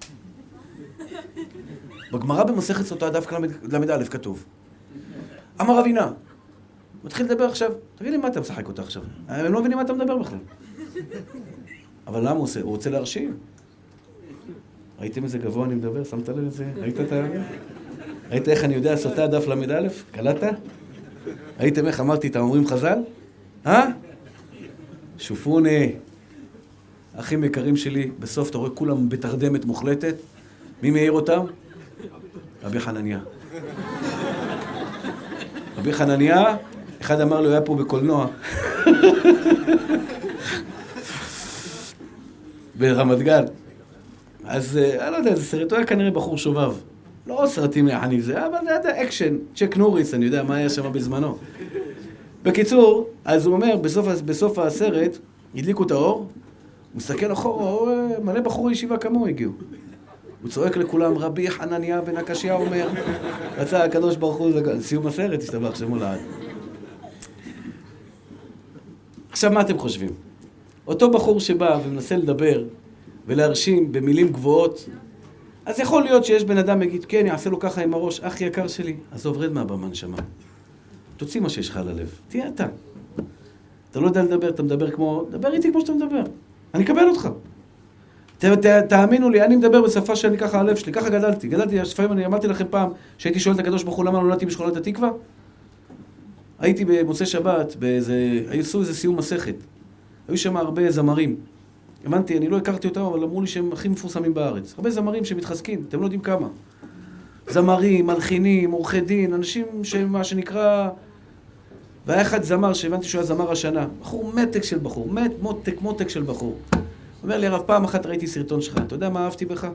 בגמרא במסכת סוטה דף למד א' כתוב. אמר אבינה, מתחיל לדבר עכשיו, תגיד לי מה אתה משחק אותה עכשיו? הם לא מבינים מה אתה מדבר בכלל. אבל למה הוא עושה? הוא רוצה להרשים. ראיתם איזה גבוה אני מדבר? שמת לב לזה? ראית את ה... ראית איך אני יודע סוטה דף למד א'? קלטת? ראיתם איך אמרתי את האומרים חז"ל? אה? שופוני. אחים יקרים שלי, בסוף אתה רואה כולם בתרדמת מוחלטת. מי מעיר אותם? רבי חנניה. רבי חנניה, אחד אמר לו, היה פה בקולנוע. ברמת גן. אז אני לא יודע, זה סרט, הוא היה כנראה בחור שובב. לא סרטים יחני זה, אבל זה היה אקשן. צ'ק נוריס, אני יודע מה היה שם בזמנו. בקיצור, אז הוא אומר, בסוף, בסוף הסרט, הדליקו את האור, הוא מסתכל אחורה, מלא בחורי ישיבה כמוהו הגיעו. הוא צועק לכולם, רבי חנניה בן הקשיא אומר, רצה הקדוש ברוך הוא, סיום הסרט, השתבח שמו לעד. עכשיו, מה אתם חושבים? אותו בחור שבא ומנסה לדבר ולהרשים במילים גבוהות, אז יכול להיות שיש בן אדם יגיד, כן, יעשה לו ככה עם הראש, אחי יקר שלי, אז עוברד מהבמה נשמה. תוציא מה שיש לך על הלב, תהיה אתה. אתה לא יודע לדבר, אתה מדבר כמו, דבר איתי כמו שאתה מדבר. אני אקבל אותך. ת, ת, תאמינו לי, אני מדבר בשפה שאני ככה הלב שלי, ככה גדלתי. גדלתי, לפעמים אני אמרתי לכם פעם, שהייתי שואל את הקדוש ברוך הוא, למה נולדתי בשכונת התקווה? הייתי במוצאי שבת, באיזה, עשו איזה סיום מסכת. היו שם הרבה זמרים. האמנתי, אני לא הכרתי אותם, אבל אמרו לי שהם הכי מפורסמים בארץ. הרבה זמרים שמתחזקים, אתם לא יודעים כמה. זמרים, מלחינים, עורכי דין, אנשים שמה שנקרא... והיה אחד זמר שהבנתי שהוא היה זמר השנה. בחור מתק של בחור, מת, מותק, מותק של בחור. הוא אומר לי, הרב, פעם אחת ראיתי סרטון שלך, אתה יודע מה אהבתי בך?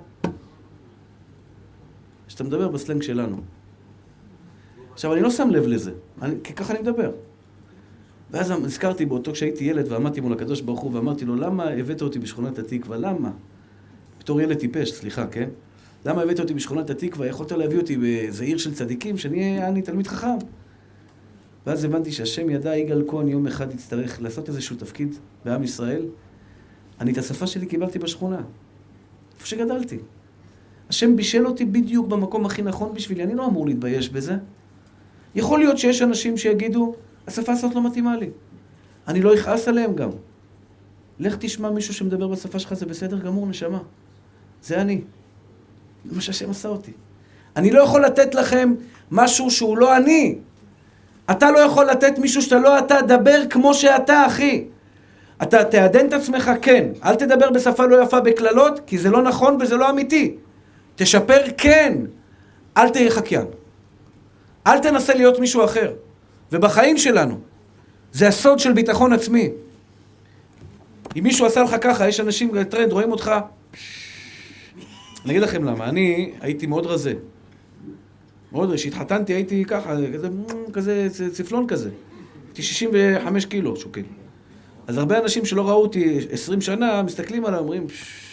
שאתה מדבר בסלנג שלנו. עכשיו, אני לא שם לב לזה, אני, כי ככה אני מדבר. ואז נזכרתי באותו כשהייתי ילד ועמדתי מול הקדוש ברוך הוא ואמרתי לו, למה הבאת אותי בשכונת התקווה? למה? בתור ילד טיפש, סליחה, כן? למה הבאת אותי בשכונת התקווה? יכולת להביא אותי באיזה עיר של צדיקים, שאני אני תלמיד חכם. ואז הבנתי שהשם ידע, יגאל כהן יום אחד יצטרך לעשות איזשהו תפקיד בעם ישראל. אני את השפה שלי קיבלתי בשכונה, איפה שגדלתי. השם בישל אותי בדיוק במקום הכי נכון בשבילי, אני לא אמור להתבייש בזה. יכול להיות שיש אנשים שיגידו, השפה הזאת לא מתאימה לי. אני לא אכעס עליהם גם. לך תשמע מישהו שמדבר בשפה שלך, זה בסדר גמור, נשמה. זה אני. זה מה שהשם עשה אותי. אני לא יכול לתת לכם משהו שהוא לא אני. אתה לא יכול לתת מישהו שאתה לא אתה, דבר כמו שאתה, אחי. אתה תעדן את עצמך, כן. אל תדבר בשפה לא יפה בכללות, כי זה לא נכון וזה לא אמיתי. תשפר, כן. אל תהיה חקיין. אל תנסה להיות מישהו אחר. ובחיים שלנו, זה הסוד של ביטחון עצמי. אם מישהו עשה לך ככה, יש אנשים, טרנד, רואים אותך. אני אגיד לכם למה, אני הייתי מאוד רזה. מאוד, כשהתחתנתי הייתי ככה, כזה, כזה, צפלון כזה. הייתי שישים וחמש קילו שוקל. אז הרבה אנשים שלא ראו אותי עשרים שנה, מסתכלים עליי, אומרים,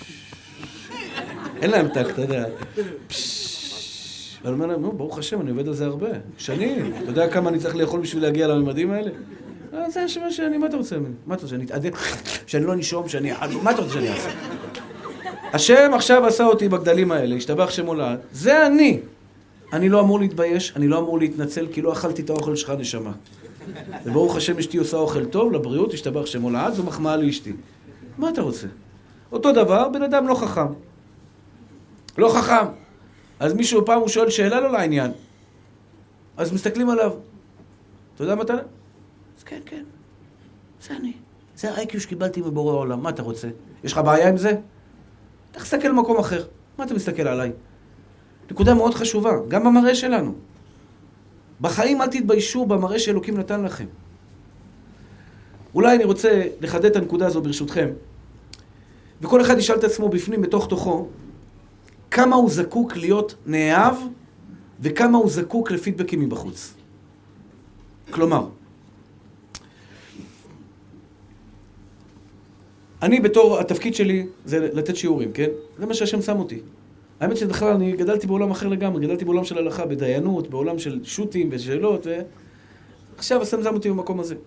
אין להם טק, אתה יודע. ואני אומר להם, ברוך השם, אני עובד על זה הרבה. שנים, אתה יודע כמה אני צריך לאכול בשביל להגיע לממדים האלה? זה מה שאני, מה אתה רוצה ממני? מה אתה רוצה? שאני אתעדן, שאני לא נשום, שאני... מה אתה רוצה שאני אעשה? השם עכשיו עשה אותי בגדלים האלה, השתבח שמו לעד. זה אני. אני לא אמור להתבייש, אני לא אמור להתנצל, כי לא אכלתי את האוכל שלך נשמה. וברוך השם אשתי עושה אוכל טוב, לבריאות, השתבח שמו לעד, זו מחמאה לאשתי. מה אתה רוצה? אותו דבר, בן אדם לא חכם. לא חכם. אז מישהו פעם הוא שואל שאלה לא לעניין. אז מסתכלים עליו. אתה יודע מה אתה... אז כן, כן. זה אני. זה ה-איי קיו שקיבלתי מבורא העולם. מה אתה רוצה? יש לך בעיה עם זה? אתה תסתכל במקום אחר. מה אתה מסתכל עליי? נקודה מאוד חשובה, גם במראה שלנו. בחיים אל תתביישו במראה שאלוקים נתן לכם. אולי אני רוצה לחדד את הנקודה הזו ברשותכם, וכל אחד ישאל את עצמו בפנים, בתוך תוכו, כמה הוא זקוק להיות נאהב, וכמה הוא זקוק לפידבקים מבחוץ. כלומר, אני בתור, התפקיד שלי זה לתת שיעורים, כן? זה מה שהשם שם אותי. האמת שבכלל אני גדלתי בעולם אחר לגמרי, גדלתי בעולם של הלכה, בדיינות, בעולם של שוטים ושאלות, ועכשיו השם שם אותי במקום הזה.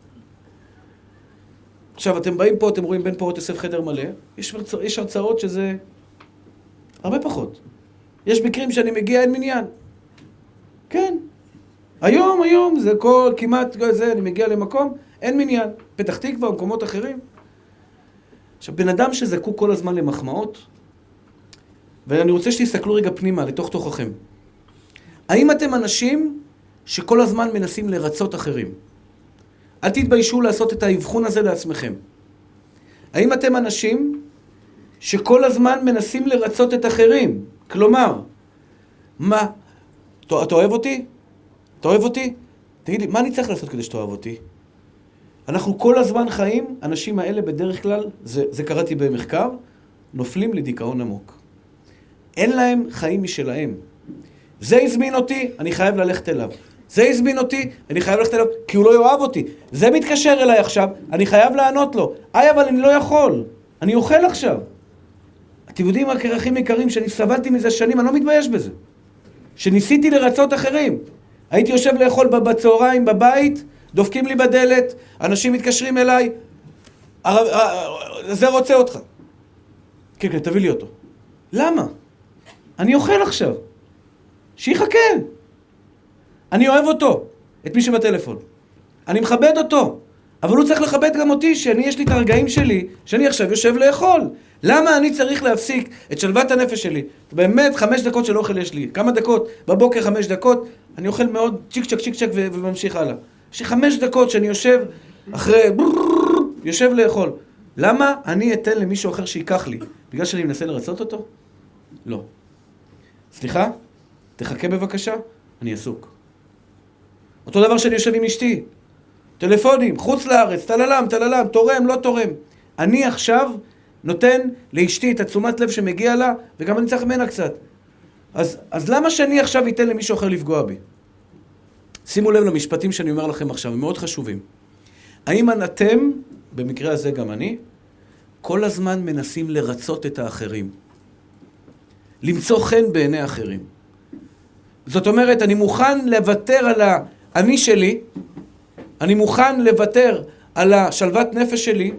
עכשיו, אתם באים פה, אתם רואים בין פורות יוסף חדר מלא, יש, יש הרצאות שזה הרבה פחות. יש מקרים שאני מגיע, אין מניין. כן. היום, היום, זה כל, כמעט זה, אני מגיע למקום, אין מניין. פתח תקווה או מקומות אחרים. עכשיו, בן אדם שזקוק כל הזמן למחמאות, ואני רוצה שתסתכלו רגע פנימה, לתוך תוככם. האם אתם אנשים שכל הזמן מנסים לרצות אחרים? אל תתביישו לעשות את האבחון הזה לעצמכם. האם אתם אנשים שכל הזמן מנסים לרצות את אחרים? כלומר, מה? אתה, אתה אוהב אותי? אתה אוהב אותי? תגיד לי, מה אני צריך לעשות כדי שתאהב אותי? אנחנו כל הזמן חיים, אנשים האלה בדרך כלל, זה, זה קראתי במחקר, נופלים לדיכאון עמוק. אין להם חיים משלהם. זה הזמין אותי, אני חייב ללכת אליו. זה הזמין אותי, אני חייב ללכת אליו, כי הוא לא יאהב אותי. זה מתקשר אליי עכשיו, אני חייב לענות לו. איי, אבל אני לא יכול. אני אוכל עכשיו. אתם יודעים, הכרחים יקרים, שאני סבלתי מזה שנים, אני לא מתבייש בזה. שניסיתי לרצות אחרים. הייתי יושב לאכול בצהריים בבית, דופקים לי בדלת, אנשים מתקשרים אליי, זה רוצה אותך. כן, כן, תביא לי אותו. למה? אני אוכל עכשיו. שיחכה. אני אוהב אותו, את מי שבטלפון. אני מכבד אותו. אבל הוא צריך לכבד גם אותי, שאני יש לי את הרגעים שלי, שאני עכשיו יושב לאכול. למה אני צריך להפסיק את שלוות הנפש שלי? באמת חמש דקות של אוכל יש לי. כמה דקות? בבוקר חמש דקות. אני אוכל מאוד צ'יק צ'ק צ'יק צ'ק וממשיך הלאה. יש לי חמש דקות שאני יושב אחרי... יושב לאכול. למה אני אתן למישהו אחר שיקח לי? בגלל שאני מנסה לרצות אותו? לא. סליחה? תחכה בבקשה? אני עסוק. אותו דבר שאני יושב עם אשתי. טלפונים, חוץ לארץ, תללם, תללם, תורם, לא תורם. אני עכשיו נותן לאשתי את התשומת לב שמגיע לה, וגם אני צריך ממנה קצת. אז, אז למה שאני עכשיו אתן למישהו אחר לפגוע בי? שימו לב למשפטים שאני אומר לכם עכשיו, הם מאוד חשובים. האם אתם, במקרה הזה גם אני, כל הזמן מנסים לרצות את האחרים? למצוא חן בעיני אחרים. זאת אומרת, אני מוכן לוותר על האני שלי, אני מוכן לוותר על השלוות נפש שלי,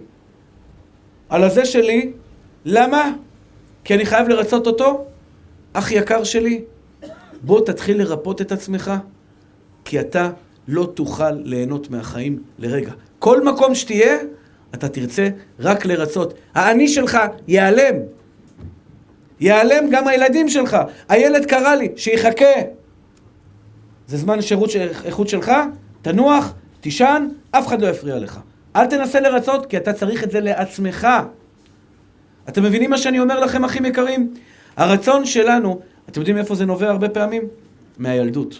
על הזה שלי. למה? כי אני חייב לרצות אותו. אח יקר שלי, בוא תתחיל לרפות את עצמך, כי אתה לא תוכל ליהנות מהחיים לרגע. כל מקום שתהיה, אתה תרצה רק לרצות. האני שלך ייעלם. ייעלם גם הילדים שלך. הילד קרא לי, שיחכה. זה זמן שירות איכות שלך, תנוח, תישן, אף אחד לא יפריע לך. אל תנסה לרצות, כי אתה צריך את זה לעצמך. אתם מבינים מה שאני אומר לכם, אחים יקרים? הרצון שלנו, אתם יודעים איפה זה נובע הרבה פעמים? מהילדות.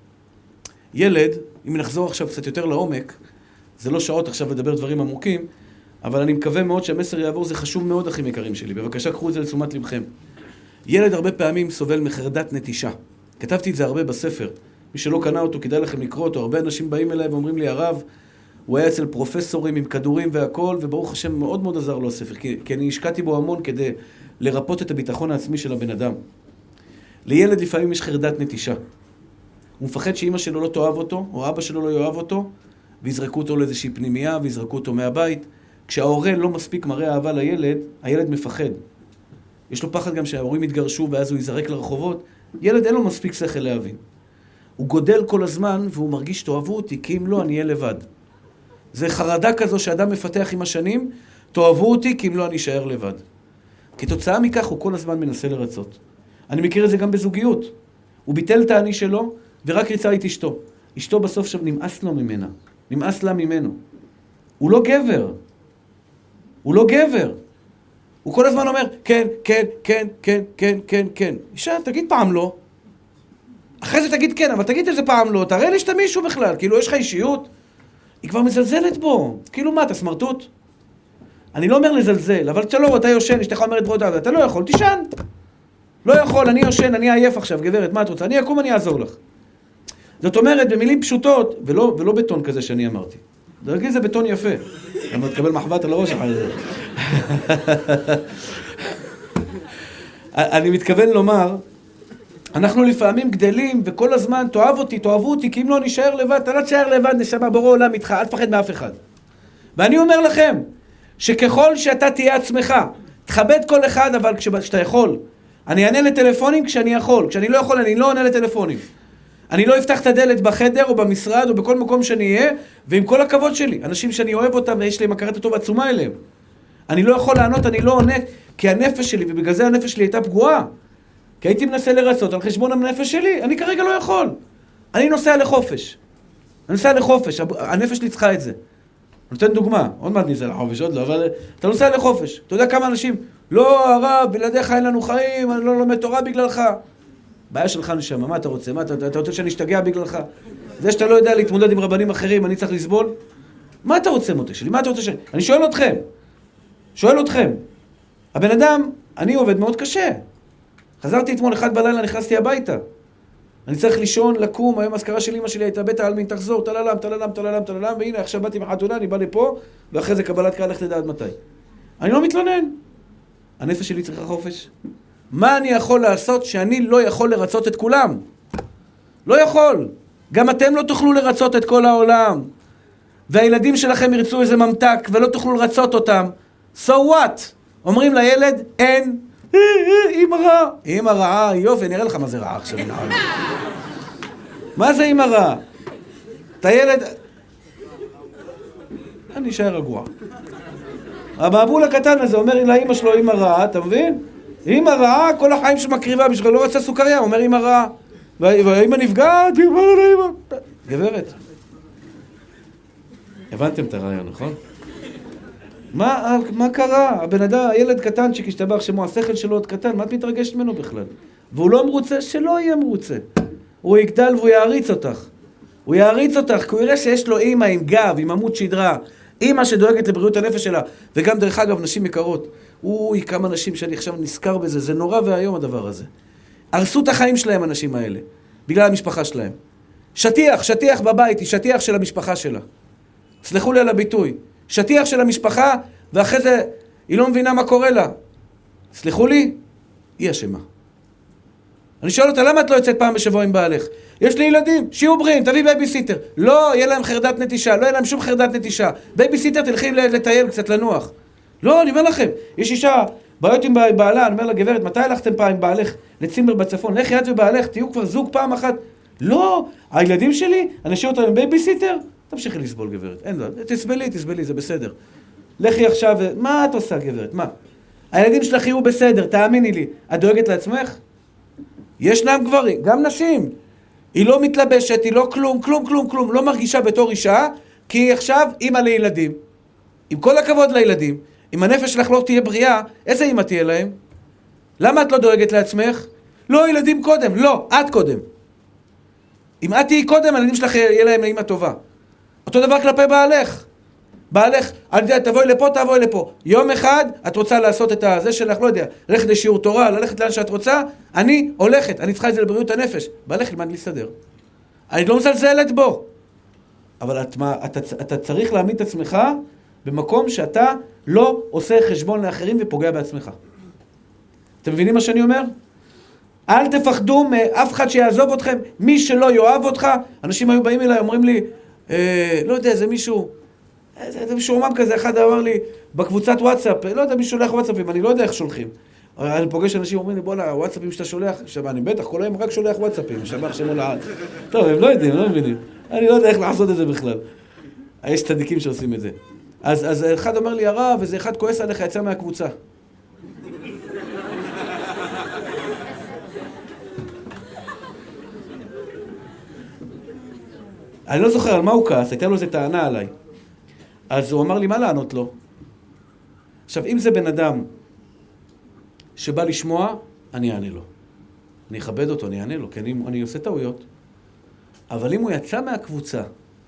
ילד, אם נחזור עכשיו קצת יותר לעומק, זה לא שעות עכשיו לדבר דברים עמוקים, אבל אני מקווה מאוד שהמסר יעבור, זה חשוב מאוד, אחים יקרים שלי. בבקשה, קחו את זה לתשומת לבכם. ילד הרבה פעמים סובל מחרדת נטישה. כתבתי את זה הרבה בספר. מי שלא קנה אותו, כדאי לכם לקרוא אותו. הרבה אנשים באים אליי ואומרים לי, הרב, הוא היה אצל פרופסורים עם כדורים והכל, וברוך השם מאוד מאוד עזר לו הספר, כי, כי אני השקעתי בו המון כדי לרפות את הביטחון העצמי של הבן אדם. לילד לפעמים יש חרדת נטישה. הוא מפחד שאמא שלו לא תאהב אותו, או אבא שלו לא יאהב אותו, ויזרקו אותו לאיזושהי פנימייה, ויזרקו אותו מהבית. כשההורה לא מספיק מראה אהבה לילד, הילד מפחד. יש לו פחד גם שההורים יתגרשו, ואז הוא יזרק לרחובות. ילד אין לו מספיק שכל להבין. הוא גודל כל הזמן, והוא מרגיש תאהבו אותי, כי אם לא, אני אהיה לבד. זה חרדה כזו שאדם מפתח עם השנים, תאהבו אותי, כי אם לא, אני אשאר לבד. כתוצאה מכך, הוא כל הזמן מנסה לרצות. אני מכיר את זה גם בזוגיות. הוא ביטל את האני שלו, ורק ריצה את אשתו. אשתו בסוף שם נמאס לו ממנה. נמאס לה ממנו. הוא לא גבר. הוא לא גבר. הוא כל הזמן אומר, כן, כן, כן, כן, כן, כן, כן. אישה, תגיד פעם לא. אחרי זה תגיד כן, אבל תגיד איזה פעם לא. תראה לי שאתה מישהו בכלל. כאילו, יש לך אישיות? היא כבר מזלזלת בו. כאילו, מה, אתה סמרטוט? אני לא אומר לזלזל, אבל שלום, אתה יושן, אשתך אומרת ברודה, אתה לא יכול, תישן. לא יכול, אני יושן, אני עייף עכשיו, גברת, מה את רוצה? אני אקום, אני אעזור לך. זאת אומרת, במילים פשוטות, ולא, ולא בטון כזה שאני אמרתי. דרגי זה בטון יפה. למה תקבל מחבת על הראש אחרי זה. אני מתכוון לומר, אנחנו לפעמים גדלים, וכל הזמן, תאהב אותי, תאהבו אותי, כי אם לא נשאר לבד, אתה לא תשאר לבד, נשמה בורא עולם איתך, אל תפחד מאף אחד. ואני אומר לכם, שככל שאתה תהיה עצמך, תכבד כל אחד, אבל כשאתה יכול. אני אענה לטלפונים כשאני יכול, כשאני לא יכול, אני לא עונה לטלפונים. אני לא אפתח את הדלת בחדר או במשרד או בכל מקום שאני אהיה, ועם כל הכבוד שלי, אנשים שאני אוהב אותם ויש להם הכרת הטוב עצומה אליהם. אני לא יכול לענות, אני לא עונה, כי הנפש שלי, ובגלל זה הנפש שלי הייתה פגועה. כי הייתי מנסה לרצות על חשבון הנפש שלי, אני כרגע לא יכול. אני נוסע לחופש. אני נוסע לחופש, הנפש שלי צריכה את זה. אני נותן דוגמה, עוד מעט ניסה לחופש, עוד לא, אבל אתה נוסע לחופש. אתה יודע כמה אנשים, לא הרב, בלעדיך אין לנו חיים, אני לא לומד תורה בגללך. בעיה שלך נשמה, מה אתה רוצה? מה, אתה, אתה רוצה שאני אשתגע בגללך? זה שאתה לא יודע להתמודד עם רבנים אחרים, אני צריך לסבול? מה אתה רוצה, מוטה שלי? מה אתה רוצה שאני... אני שואל אתכם. שואל אתכם. הבן אדם, אני עובד מאוד קשה. חזרתי אתמול אחד בלילה, נכנסתי הביתה. אני צריך לישון, לקום, היום הזכרה של אמא שלי הייתה בית העלמין, תחזור, תללם, תללם, תללם, תללם, והנה עכשיו באתי מחתונה, אני בא לפה, ואחרי זה קבלת קהל, לך תדע עד מתי. אני לא מתלונן. הנפש שלי צריכה חופש. מה אני יכול לעשות שאני לא יכול לרצות את כולם? לא יכול. גם אתם לא תוכלו לרצות את כל העולם. והילדים שלכם ירצו איזה ממתק ולא תוכלו לרצות אותם. So what? אומרים לילד, אין. אמא רעה. אמא רעה, יופי, נראה לך מה זה רעה עכשיו. מה זה אמא רעה? אתה ילד... אני אשאר רגוע. המעבול הקטן הזה אומר לאמא שלו אמא רעה, אתה מבין? אמא רעה, כל החיים שמקריבה בשביל לא רצה סוכריה, אומר אמא רעה. והאמא נפגעת, אמא רעה, אמא. גברת. הבנתם את הרעיון, נכון? מה, מה קרה? הבן אדם, הילד קטן שכשתבח שמו, השכל שלו עוד קטן, מה את מתרגשת ממנו בכלל? והוא לא מרוצה, שלא יהיה מרוצה. הוא יגדל והוא יעריץ אותך. הוא יעריץ אותך, כי הוא יראה שיש לו אמא עם גב, עם עמוד שדרה. אמא שדואגת לבריאות הנפש שלה. וגם דרך אגב, נשים יקרות. אוי, כמה נשים שאני עכשיו נזכר בזה. זה נורא והיום הדבר הזה. הרסו את החיים שלהם, אנשים האלה. בגלל המשפחה שלהם. שטיח, שטיח בבית, היא שטיח של המשפחה שלה. סלחו לי על הביטוי. שטיח של המשפחה, ואחרי זה היא לא מבינה מה קורה לה. סלחו לי, היא אשמה. אני שואל אותה, למה את לא יוצאת פעם בשבוע עם בעלך? יש לי ילדים, שיהיו בריאים, תביא בייביסיטר. לא, יהיה להם חרדת נטישה, לא יהיה להם שום חרדת נטישה. בייביסיטר תלכי לטייל קצת, לנוח. לא, אני אומר לכם, יש אישה, בעיות עם בעלה, אני אומר לה, גברת, מתי הלכתם פעם עם בעלך לצימר בצפון? לכי את ובעלך, תהיו כבר זוג פעם אחת. לא, הילדים שלי, אני אשאיר אותם עם בייביסיטר. תמשיכי לסבול, גברת. אין דבר. תסבלי, תסבלי, זה בסדר. לכי עכשיו, מה את עושה, גברת? מה? הילדים שלך יהיו בסדר, תאמיני לי. את דואגת לעצמך? ישנם גברים, גם נשים. היא לא מתלבשת, היא לא כלום, כלום, כלום, כלום. לא מרגישה בתור אישה, כי היא עכשיו אימא לילדים. עם כל הכבוד לילדים, אם הנפש שלך לא תהיה בריאה, איזה אימא תהיה להם? למה את לא דואגת לעצמך? לא, ילדים קודם. לא, את קודם. אם את תהיי קודם, הילדים שלך יהיה להם לאמא טובה. אותו דבר כלפי בעלך. בעלך, אני יודע, תבואי לפה, תבואי לפה. יום אחד את רוצה לעשות את הזה שלך, לא יודע, ללכת לשיעור תורה, ללכת לאן שאת רוצה, אני הולכת, אני צריכה את זה לבריאות הנפש. בעלך ילמד להסתדר. אני לא מזלזלת בו. אבל את, מה, אתה, אתה צריך להעמיד את עצמך במקום שאתה לא עושה חשבון לאחרים ופוגע בעצמך. אתם מבינים מה שאני אומר? אל תפחדו מאף אחד שיעזוב אתכם, מי שלא יאהב אותך. אנשים היו באים אליי, אומרים לי, אה, לא יודע, זה מישהו, זה, זה מישהו אומם כזה, אחד אמר לי, בקבוצת וואטסאפ, לא יודע, מי שולח וואטסאפים, אני לא יודע איך שולחים. אני פוגש אנשים, אומרים לי, בוא לה, וואטסאפים שאתה שולח, שמה, אני בטח, כל היום רק שולח וואטסאפים, שבח שמו לעד. טוב, הם לא יודעים, לא מבינים. אני לא יודע איך לעשות את זה בכלל. יש צדיקים שעושים את זה. אז, אז אחד אומר לי, הרב, וזה אחד כועס עליך, יצא מהקבוצה. אני לא זוכר על מה הוא כעס, הייתה לו איזה טענה עליי. אז הוא אמר לי, מה לענות לו? עכשיו, אם זה בן אדם שבא לשמוע, אני אענה לו. אני אכבד אותו, אני אענה לו, כי אני, אני עושה טעויות. אבל אם הוא יצא מהקבוצה,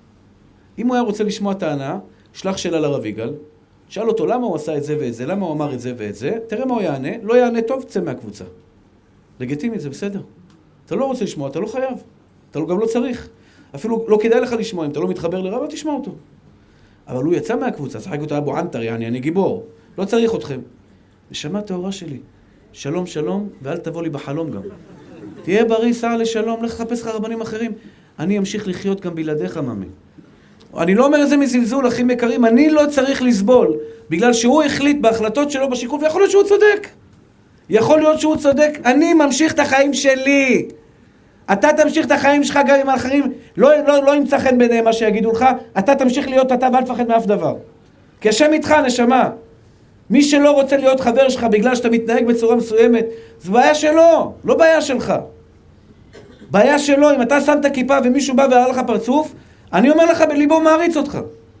אם הוא היה רוצה לשמוע טענה, שלח שאלה לרב יגאל, שאל אותו למה הוא עשה את זה ואת זה, למה הוא אמר את זה ואת זה, תראה מה הוא יענה, לא יענה טוב, צא מהקבוצה. לגיטימית, זה בסדר. אתה לא רוצה לשמוע, אתה לא חייב. אתה גם לא צריך. אפילו לא כדאי לך לשמוע, אם אתה לא מתחבר לרב, תשמע אותו. אבל הוא יצא מהקבוצה, שחק אותה אבו ענטר, יעני, אני גיבור. לא צריך אתכם. ושמע תאורה שלי. שלום, שלום, ואל תבוא לי בחלום גם. תהיה בריא, סע לשלום, לך חפש לך רבנים אחרים. אני אמשיך לחיות גם בלעדיך, ממי. אני לא אומר את זה מזלזול, אחים יקרים, אני לא צריך לסבול, בגלל שהוא החליט בהחלטות שלו בשיקול, ויכול להיות שהוא צודק. יכול להיות שהוא צודק, אני ממשיך את החיים שלי. אתה תמשיך את החיים שלך גם עם האחרים, לא, לא, לא ימצא חן ביניהם מה שיגידו לך, אתה תמשיך להיות אתה ואל תפחד מאף דבר. כי השם איתך, נשמה. מי שלא רוצה להיות חבר שלך בגלל שאתה מתנהג בצורה מסוימת, זו בעיה שלו, לא בעיה שלך. בעיה שלו, אם אתה שם את הכיפה ומישהו בא והראה לך פרצוף, אני אומר לך בליבו מעריץ אותך.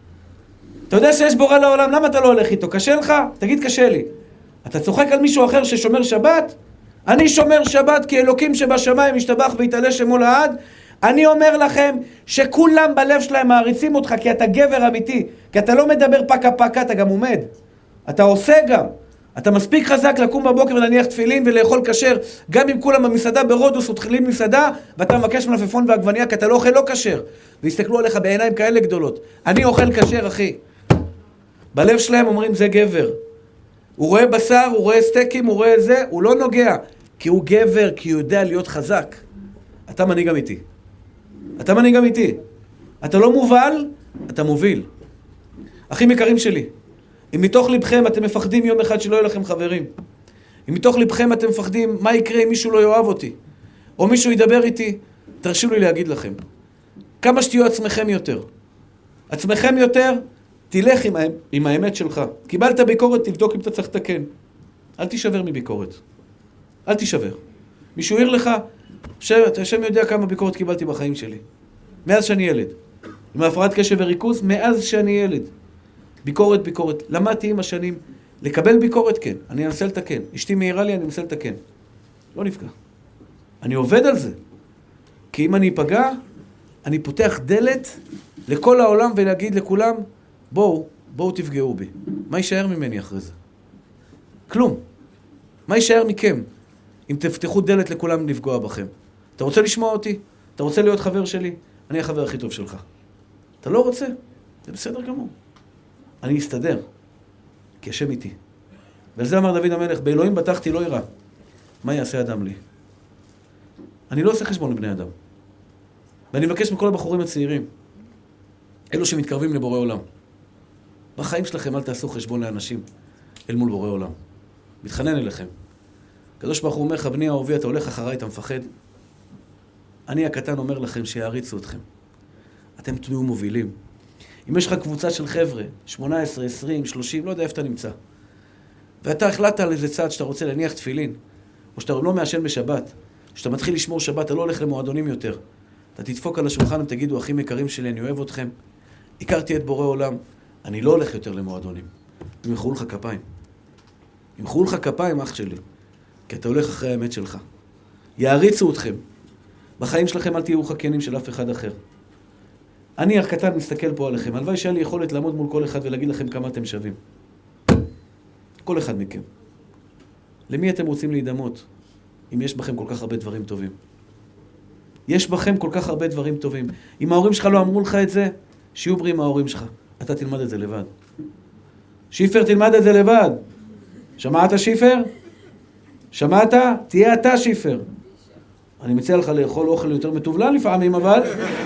אתה יודע שיש בורא לעולם, למה אתה לא הולך איתו? קשה לך? תגיד קשה לי. אתה צוחק על מישהו אחר ששומר שבת? אני שומר שבת כי אלוקים שבשמיים משתבח והתעלה שמו לעד. אני אומר לכם שכולם בלב שלהם מעריצים אותך כי אתה גבר אמיתי, כי אתה לא מדבר פקה פקה, אתה גם עומד. אתה עושה גם. אתה מספיק חזק לקום בבוקר ולהניח תפילין ולאכול כשר, גם אם כולם במסעדה ברודוס אוכלים מסעדה, ואתה מבקש מלפפון ועגבניה, כי אתה לא אוכל לא כשר. והסתכלו עליך בעיניים כאלה גדולות. אני אוכל כשר, אחי. בלב שלהם אומרים, זה גבר. הוא רואה בשר, הוא רואה סטייקים, הוא רואה זה, הוא לא נוגע. כי הוא גבר, כי הוא יודע להיות חזק. אתה מנהיג אמיתי. אתה מנהיג אמיתי. אתה לא מובל, אתה מוביל. אחים יקרים שלי, אם מתוך לבכם אתם מפחדים יום אחד שלא יהיו לכם חברים, אם מתוך לבכם אתם מפחדים מה יקרה אם מישהו לא יאהב אותי, או מישהו ידבר איתי, תרשו לי להגיד לכם, כמה שתהיו עצמכם יותר. עצמכם יותר, תלך עם, עם האמת שלך. קיבלת ביקורת, תבדוק אם אתה צריך לתקן. אל תישבר מביקורת. אל תישבר. מישהו העיר לך, השם יודע כמה ביקורת קיבלתי בחיים שלי. מאז שאני ילד. עם הפרעת קשב וריכוז, מאז שאני ילד. ביקורת, ביקורת. למדתי עם השנים, לקבל ביקורת כן, אני אנסה לתקן. אשתי מהירה לי, אני אנסה לתקן. לא נפגע. אני עובד על זה. כי אם אני אפגע, אני פותח דלת לכל העולם ולהגיד לכולם, בואו, בואו תפגעו בי. מה יישאר ממני אחרי זה? כלום. מה יישאר מכם אם תפתחו דלת לכולם לפגוע בכם? אתה רוצה לשמוע אותי? אתה רוצה להיות חבר שלי? אני החבר הכי טוב שלך. אתה לא רוצה? זה בסדר גמור. אני אסתדר, כי השם איתי. ועל זה אמר דוד המלך, באלוהים בטחתי לא ירא. מה יעשה אדם לי? אני לא עושה חשבון לבני אדם. ואני מבקש מכל הבחורים הצעירים, אלו שמתקרבים לבורא עולם, בחיים שלכם אל תעשו חשבון לאנשים אל מול בורא עולם. מתחנן אליכם. הקדוש ברוך הוא אומר לך, בני אהובי, אתה הולך אחריי, אתה מפחד. אני הקטן אומר לכם שיעריצו אתכם. אתם תהיו מובילים. אם יש לך קבוצה של חבר'ה, שמונה עשרה, עשרים, שלושים, לא יודע איפה אתה נמצא, ואתה החלטת על איזה צד שאתה רוצה להניח תפילין, או שאתה לא מעשן בשבת, שאתה מתחיל לשמור שבת, אתה לא הולך למועדונים יותר, אתה תדפוק על השולחן ותגידו, אחים יקרים שלי, אני אוהב אתכם, הכרתי את בורא עולם, אני לא הולך יותר למועדונים. ימחאו לך כפיים. ימחאו לך כפיים, אח שלי, כי אתה הולך אחרי האמת שלך. יעריצו אתכם. בחיים שלכם אל תהיו חקיינים של אף אחד אחר. אני הקטן מסתכל פה עליכם. הלוואי שהיה לי יכולת לעמוד מול כל אחד ולהגיד לכם כמה אתם שווים. כל אחד מכם. למי אתם רוצים להידמות אם יש בכם כל כך הרבה דברים טובים? יש בכם כל כך הרבה דברים טובים. אם ההורים שלך לא אמרו לך את זה, שיהיו בריאים ההורים שלך. אתה תלמד את זה לבד. שיפר, תלמד את זה לבד. שמעת שיפר? שמעת? תהיה אתה שיפר. אני מציע לך לאכול אוכל יותר מטובלן לפעמים, אבל...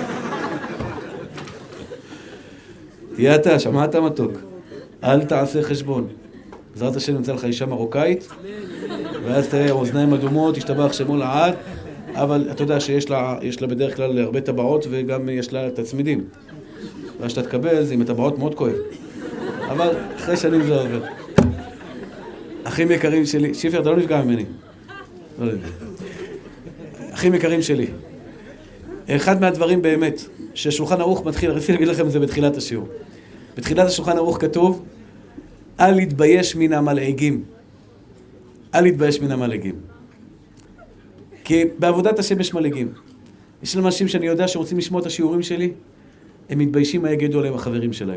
תהיה אתה, שמעת מתוק. אל תעשה חשבון. בעזרת השם נמצא לך אישה מרוקאית, ואז תראה אוזניים אדומות, תשתבח שמו לעד, אבל אתה יודע שיש לה, יש לה בדרך כלל הרבה טבעות, וגם יש לה את הצמידים. ואז שאתה תקבל, זה עם הטבעות מאוד כואב. אבל אחרי שנים זה עובר. אחים יקרים שלי, שיפר, אתה לא נפגע ממני. לא נפגע. אחים יקרים שלי, אחד מהדברים באמת, ששולחן ערוך מתחיל, רציתי להגיד לכם את זה בתחילת השיעור. בתחילת השולחן ערוך כתוב, אל להתבייש מן המלעיגים. אל להתבייש מן המלאגים. כי בעבודת השם יש מלאגים. יש אנשים שאני יודע שרוצים לשמוע את השיעורים שלי, הם מתביישים מה יגידו עליהם החברים שלהם.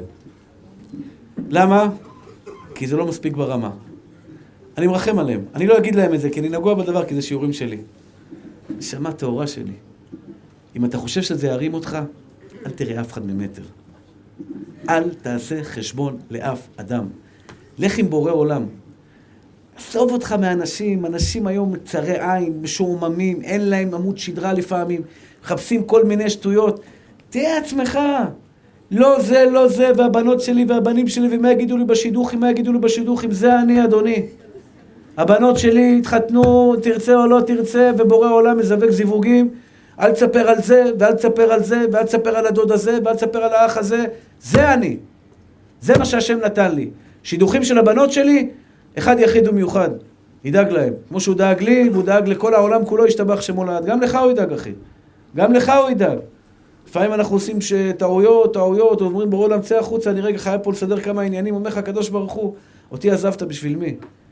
למה? כי זה לא מספיק ברמה. אני מרחם עליהם. אני לא אגיד להם את זה, כי אני נגוע בדבר, כי זה שיעורים שלי. נשמה טהורה שלי. אם אתה חושב שזה ירים אותך, אל תראה אף אחד ממטר. אל תעשה חשבון לאף אדם. לך עם בורא עולם. עזוב אותך מאנשים, אנשים היום צרי עין, משועממים, אין להם עמוד שדרה לפעמים, מחפשים כל מיני שטויות. תהיה עצמך. לא זה, לא זה, והבנות שלי והבנים שלי, ומה יגידו לי בשידוכים, מה יגידו לי בשידוכים, זה אני, אדוני. הבנות שלי התחתנו, תרצה או לא תרצה, ובורא עולם מזווק זיווגים, אל תספר על זה, ואל תספר על זה, ואל תספר על הדוד הזה, ואל תספר על האח הזה, זה אני. זה מה שהשם נתן לי. שידוכים של הבנות שלי, אחד יחיד ומיוחד. ידאג להם. כמו שהוא דאג לי, והוא דאג לכל העולם כולו, ישתבח שמו לעד. גם לך הוא ידאג, אחי. גם לך הוא ידאג. לפעמים אנחנו עושים טעויות, טעויות, אומרים בורא עולם, צא החוצה, אני רגע חייב פה לסדר כמה עניינים, אומר לך הקדוש ברוך הוא, אותי עזבת בשביל מי?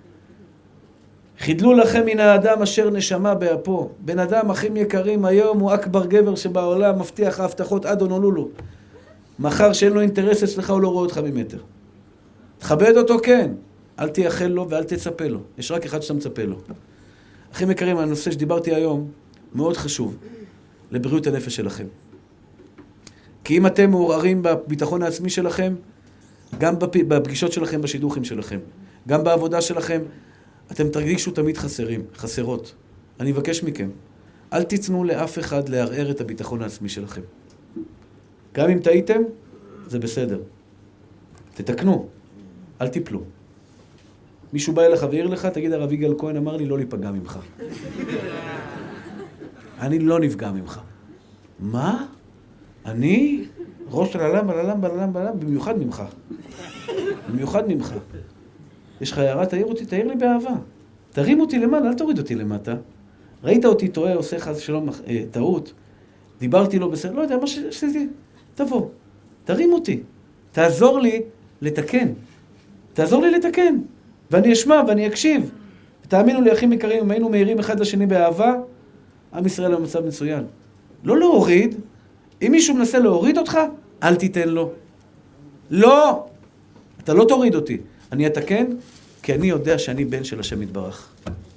חידלו לכם מן האדם אשר נשמה באפו. בן אדם אחים יקרים, היום הוא אכבר גבר שבעולם מבטיח ההבטחות עד הונולולו. מחר שאין לו אינטרס אצלך הוא לא רואה אותך ממטר. תכבד אותו כן, אל תייחל לו ואל תצפה לו. יש רק אחד שאתה מצפה לו. אחים יקרים, הנושא שדיברתי היום מאוד חשוב לבריאות הנפש שלכם. כי אם אתם מעורערים בביטחון העצמי שלכם, גם בפגישות שלכם, בשידוכים שלכם, גם בעבודה שלכם, אתם תרגישו תמיד חסרים, חסרות. אני מבקש מכם, אל תיתנו לאף אחד לערער את הביטחון העצמי שלכם. גם אם טעיתם, זה בסדר. תתקנו, אל תיפלו. מישהו בא אליך ועיר לך, תגיד, הרב יגאל כהן אמר לי לא להיפגע ממך. אני לא נפגע ממך. מה? אני? ראש של הלם, בללם, בללם, בללם, במיוחד ממך. במיוחד ממך. יש לך הערה, תעיר אותי, תעיר לי באהבה. תרים אותי למעלה, אל תוריד אותי למטה. ראית אותי טועה, עושה חס שלום אה, טעות. דיברתי לו בסדר, לא יודע, מה שעשיתי, תבוא. תרים אותי. תעזור לי לתקן. תעזור לי לתקן. ואני אשמע ואני אקשיב. תאמינו לי, אחים יקרים, אם היינו מהירים אחד לשני באהבה, עם ישראל הוא במצב מצוין. לא להוריד. אם מישהו מנסה להוריד אותך, אל תיתן לו. לא. אתה לא תוריד אותי. אני אתקן, כי אני יודע שאני בן של השם יתברך.